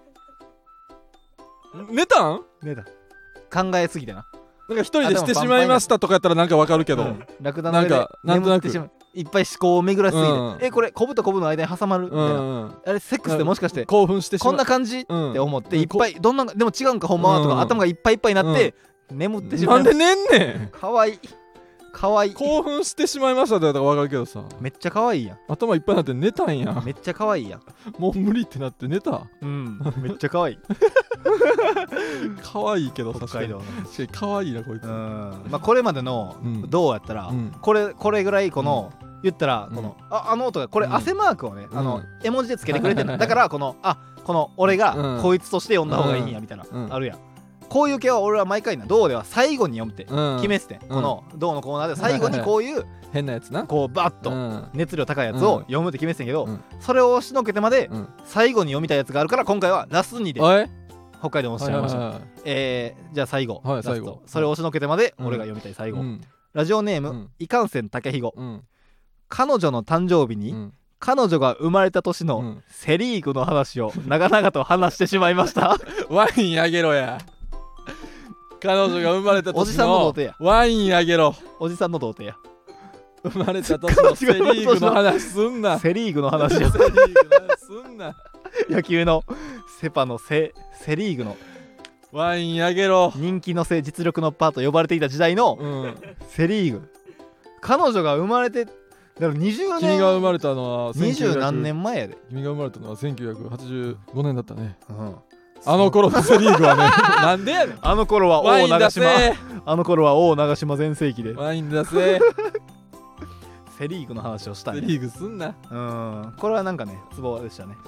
寝たん。 寝た。考えすぎてな。 なんか一人でしてしまいましたとかやったらなんかわかるけど、うん、 ラクダの上で眠ってしまう。いっぱい思考を巡らせていて、うん、えこれコブとコブの間に挟まるみたいな、うん、あれセックスってもしかして興奮してしまうこんな感じ、うん、って思っていっぱいどんなでも違うんかほんまはとか、うん、頭がいっぱいいっぱいになって、うん、眠ってしまう。 なんで寝んねん。 かわいいかわいい。 興奮してしまいましたってやったらわかるけどさ、 めっちゃかわいいやん。 頭いっぱいになって寝たんや。 めっちゃかわいいやん。 もう無理ってなって寝た。 うんめっちゃかわいい。 かわいいけど北海道のかわいいなこいつ。うんまあこれまでのどうやったら、うん、これこれぐらいこの、うん言ったらこの、うん、ああの音がこれ汗マークをね、うん、あの絵文字でつけてくれてるだからこのあこの俺がこいつとして読んだ方がいいんやみたいな、うん、あるやん。こういう系は俺は毎回などうでは最後に読むって決めてて、うん、このどうのコーナーで最後にこういう変なやつなこうバッと熱量高いやつを読むって決めてたんやけど、うん、それを押しのけてまで最後に読みたいやつがあるから今回はラスにで北海道もしちゃいました、はいはいはい、えー、じゃあ最後、はい、最後それを押しのけてまで俺が読みたい最後、うん、ラジオネーム、うん、いかんせんたけひご、うん彼女の誕生日に、うん、彼女が生まれた年のセリーグの話を長々と話してしまいましたワインあげろや。彼女が生まれた年のおじさんの童貞や。ワインあげろ。 おじさんの童貞や。 生まれた年のセリーグの話すんな。 セリーグの話をセリーグの話すんな。 野球のセパのセセリーグのワインあげろ。 人気のせ実力のパーと呼ばれていた時代の、うん、セリーグ。彼女が生まれてだからにじゅうねん君が生まれたのはにじゅう何年前やで。 君が生まれたのはせんきゅうひゃくはちじゅうごねんだったね、うん、あの頃のセリーグはねなんでやねん。 あの頃は王長島あの頃は王長島全盛期でワイン出せセリーグの話をしたい、 ね、セリーグすんな。 うんこれはなんかねツボでしたね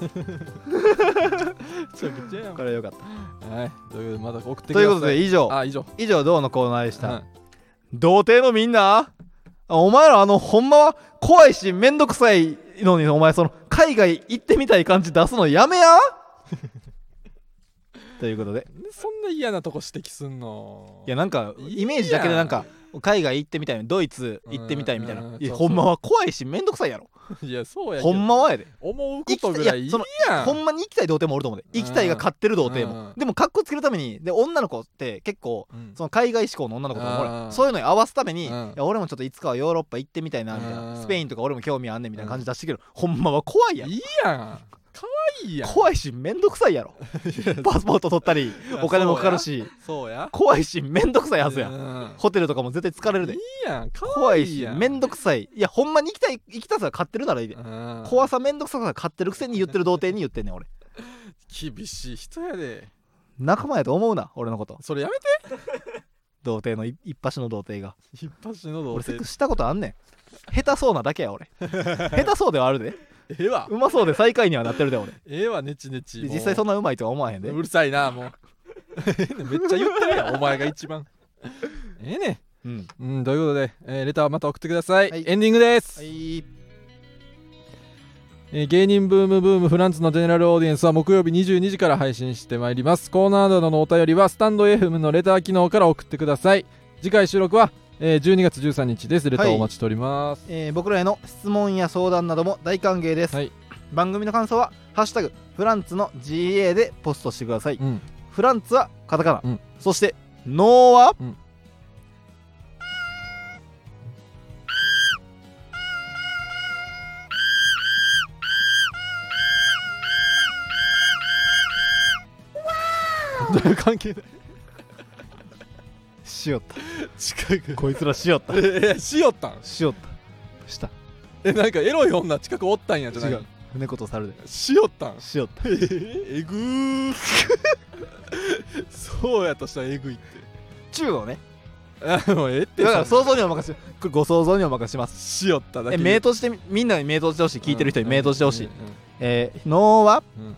ちょくちゃやん。 これはよかった。 はいというまだ送ってください。 ということで以上あ以上以上どうのコーナーでした、うん、童貞のみんなお前らあのほんまは怖いしめんどくさいのにお前その海外行ってみたい感じ出すのやめやということでそんな嫌なとこ指摘すんの。 いやなんかイメージだけでなんか海外行ってみたいドイツ行ってみたいみたいな、いやほんまは怖いしめんどくさいやろ。 いやそうやほんまはやで思うことぐらいいいやん。 ほんまに行きたい童貞もおると思うで行きたいが勝ってる童貞もでもカッコつけるためにで女の子って結構、うん、その海外志向の女の子とかそういうのに合わすためにいや俺もちょっといつかはヨーロッパ行ってみたいなみたいなスペインとか俺も興味あんねんみたいな感じ出してくるほんまは怖いやん。 いいやん可いやん。 怖いしめんどくさいやろパスポート取ったりお金もかかるしそうや怖いしめんどくさいはずや、 うん、 ホテルとかも絶対疲れるで。 いいやん、かわ怖いいいやん。 しめんどくさい。いやほんまに行きたい行きたさが勝ってるならいいで、 うん、 怖さめんどくささが勝ってるくせに言ってる童貞に言ってんねん俺。 厳しい人やで。 仲間やと思うな俺のこと。 それやめて。 童貞の一一発の童貞が。 一発の童貞俺セックスしたことあんねん。下手そうなだけや俺下手そうではあるで。 ええわうまそうで最下位にはなってるで俺。 ええわネチネチ。 実際そんなうまいとは思わへんで。 うるさいなもうめっちゃ言ってるやんお前が一番ええねうん、 うん、ということで、えー、レターまた送ってください、 はい、 エンディングです、 はいえー、芸人ブームブームフランツのジェネラルオーディエンスは木曜日にじゅうにじから配信してまいります。コーナーなどのお便りはスタンド エフエム のレター機能から送ってください。次回収録は、えー、じゅうにがつじゅうさんにちです。レターをお待ちしております、 はい。えー、僕らへの質問や相談なども大歓迎です、はい、番組の感想はハッシュタグフランツの ジーエー でポストしてください、うん、フランツはカタカナ、うん、そしてノーは、うん、 どういう関係だしよった近くこいつらしよったえしよったんしよったしたえなんかエロい女近くおったんやじゃない。 違う猫と猿でしよったんしよったえー、えぐーそうやとしたらえぐいって中をねあもうええってだから想像にお任せこれご想像にお任せしますしよっただけえ目閉じてみんなに目閉じてほしい聞いてる人に目閉じてほしい、うんうんうん、えー、ノーは、うん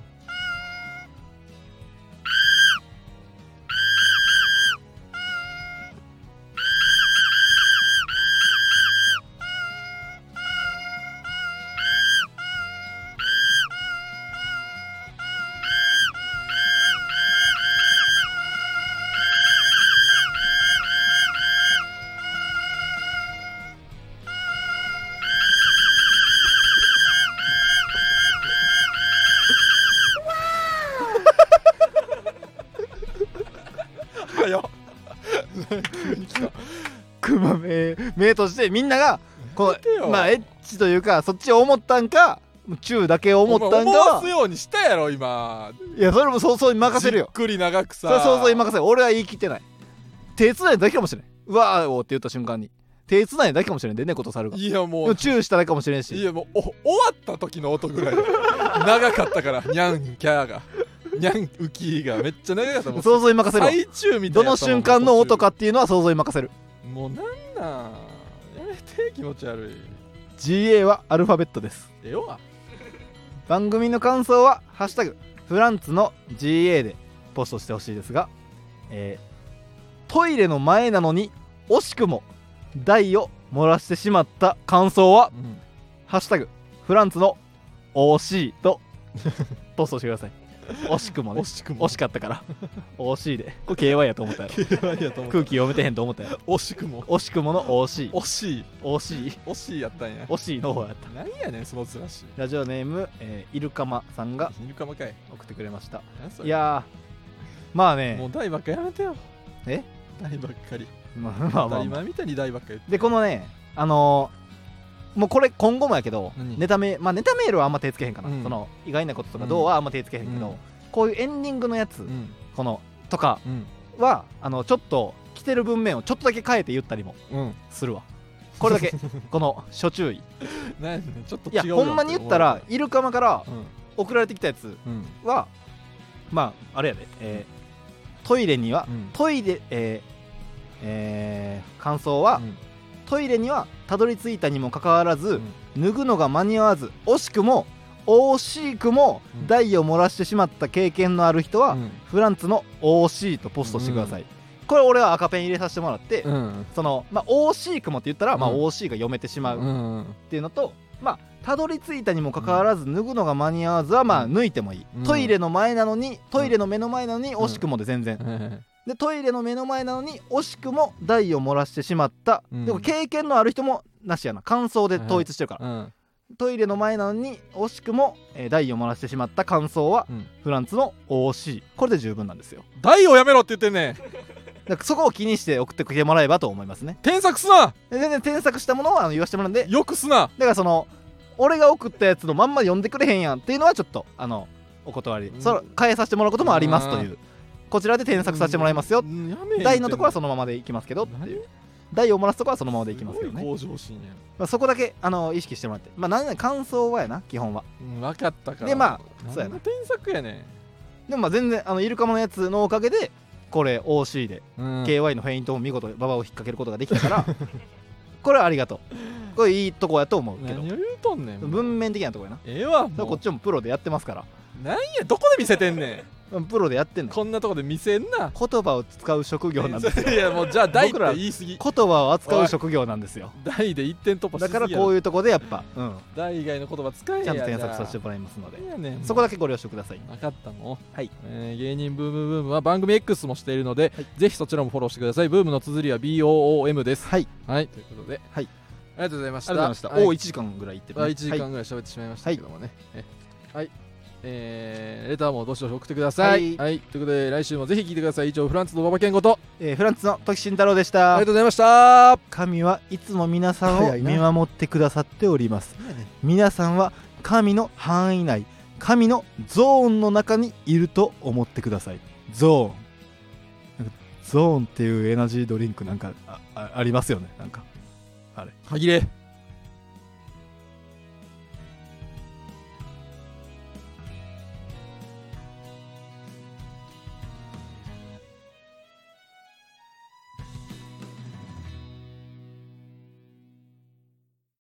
くま目目閉じてみんながこのまあエッチというかそっちを思ったんかチューだけを思ったんか思わすようにしたやろ今。 いやそれも想像に任せるよ。 じっくり長くさそれ想像に任せる。俺は言い切ってない。手つないだけかもしれん。うわーおって言った瞬間に手つないだけかもしれんで猫と猿が。 いやもうチューしただけかもしれんし。 いやもうお終わった時の音ぐらい長かったからニャンキャーがニャンウキーがめっちゃ長かったもん。 想像に任せる。 最中みたいな。 どの瞬間の音かっていうのは想像に任せる。 もうなんなんやめて気持ち悪い。 ジーエー はアルファベットです。 ええわ。 番組の感想はハッシュタグフランツの ジーエー でポストしてほしいですが、えー、トイレの前なのに惜しくも台を漏らしてしまった感想は、うん、ハッシュタグフランツの惜しいとポストしてください。惜しくもね。 惜しくも惜しかったから惜しいでこれ ケーワイ やと思ったやろ。 ケーワイ やと思った。空気読めてへんと思ったやろ。 惜しくも惜しくもの惜しい惜しい惜しい惜しいやったんや。 惜しいの方やった。 何やねんそのずらし。 ラジオネーム、えー、イルカマさんがイルカマかい送ってくれました。いやーまあねもう台ばっかやめてよ。 え台ばっかり。 まあまあまあ、まあ、 今みたいに台ばっかりでこのねあのー、もうこれ今後もやけどネタメまあネタメールはあんま手つけへんかな、うん、その意外なこととかどうはあんま手つけへんけど、うん、こういうエンディングのやつ、うん、このとかは、うん、あのちょっと来てる文面をちょっとだけ変えて言ったりもするわ、うん、これだけこの諸注意なんねちょっと違う。いやほんまに言ったらイルカマから送られてきたやつは、うん、まああれやで、えー、トイレには、うん、トイレえーえー、感想は、うん、トイレにはたどり着いたにもかかわらず、うん、脱ぐのが間に合わず惜しくも惜しくも台を漏らしてしまった経験のある人は、うん、フランツの惜しいとポストしてください、うん、これ俺は赤ペン入れさせてもらって、うん、そのまあ惜しくもって言ったら、うん、まあ惜しいが読めてしまうっていうのと、まあたどり着いたにもかかわらず、脱ぐのが間に合わずはまあ抜いてもいい、うん、トイレの前なのにトイレの目の前なのに惜しくもで全然、うんでトイレの目の前なのに惜しくも台を漏らしてしまった、うん、でも経験のある人もなしやな感想で統一してるから、うん、トイレの前なのに惜しくも、えー、台を漏らしてしまった感想は、うん、フランツの惜しいこれで十分なんですよ。 台をやめろって言ってんねだからそこを気にして送ってきてもらえばと思いますね。 添削すな。 全然添削したものをあの言わせてもらうんでよくすな。だからその俺が送ったやつのまんま読んでくれへんやんっていうのはちょっとあのお断り、うん、その変えさせてもらうこともありますという、こちらで添削させてもらいますよ、うん、台のところはそのままでいきますけどっていう、台を漏らすところはそのままでいきますけどね。 向上心や、 まあ、そこだけあの意識してもらって、まあなん感想はやな基本は、 うん、分かったから。 でまあそうやな、添削やね。 でもまあ全然あのイルカモのやつのおかげでこれ オーシー で、うん、ケーワイ のフェイントも見事馬場を引っ掛けることができたからこれはありがとう、これいいとこやと思うけど。 何を言うとんねん、 文面的なとこやな。 ええわ、 こっちもプロでやってますから。 なんや、どこで見せてんねんプロでやってんの。 こんなとこで見せんな。 言葉を使う職業なんですよ。 いやもうじゃあ大って言い過ぎ。 言葉を扱う職業なんですよ。 大で一点突破しすぎやろ。 だからこういうとこでやっぱ、うん、 大以外の言葉使えや。 ちゃんと添削させてもらいますので、 いやね、 そこだけご了承ください。 分かったの。 はい、 えー、芸人ブームブームは番組 X もしているので、はい、ぜひそちらもフォローしてください。ブームの綴りは ビーオーオーエム です。 はい、 はい、ということで、はい、ありがとうございました。 ありがとうございました。お、いちじかんぐらいいってるね。 いちじかんぐらい喋ってしまいましたけどもね。はい、えー、レターもどしどし送ってください。はい、ということで来週もぜひ聞いてください。以上、フランツの馬場健吾と、 えー、フランツの時慎太郎でした。 ありがとうございました。 神はいつも皆さんを見守ってくださっております。皆さんは神の範囲内、神のゾーンの中にいると思ってください。ゾーン、ゾーンっていうエナジードリンクなんか あ, あ, ありますよね。なんかあれ歯切れ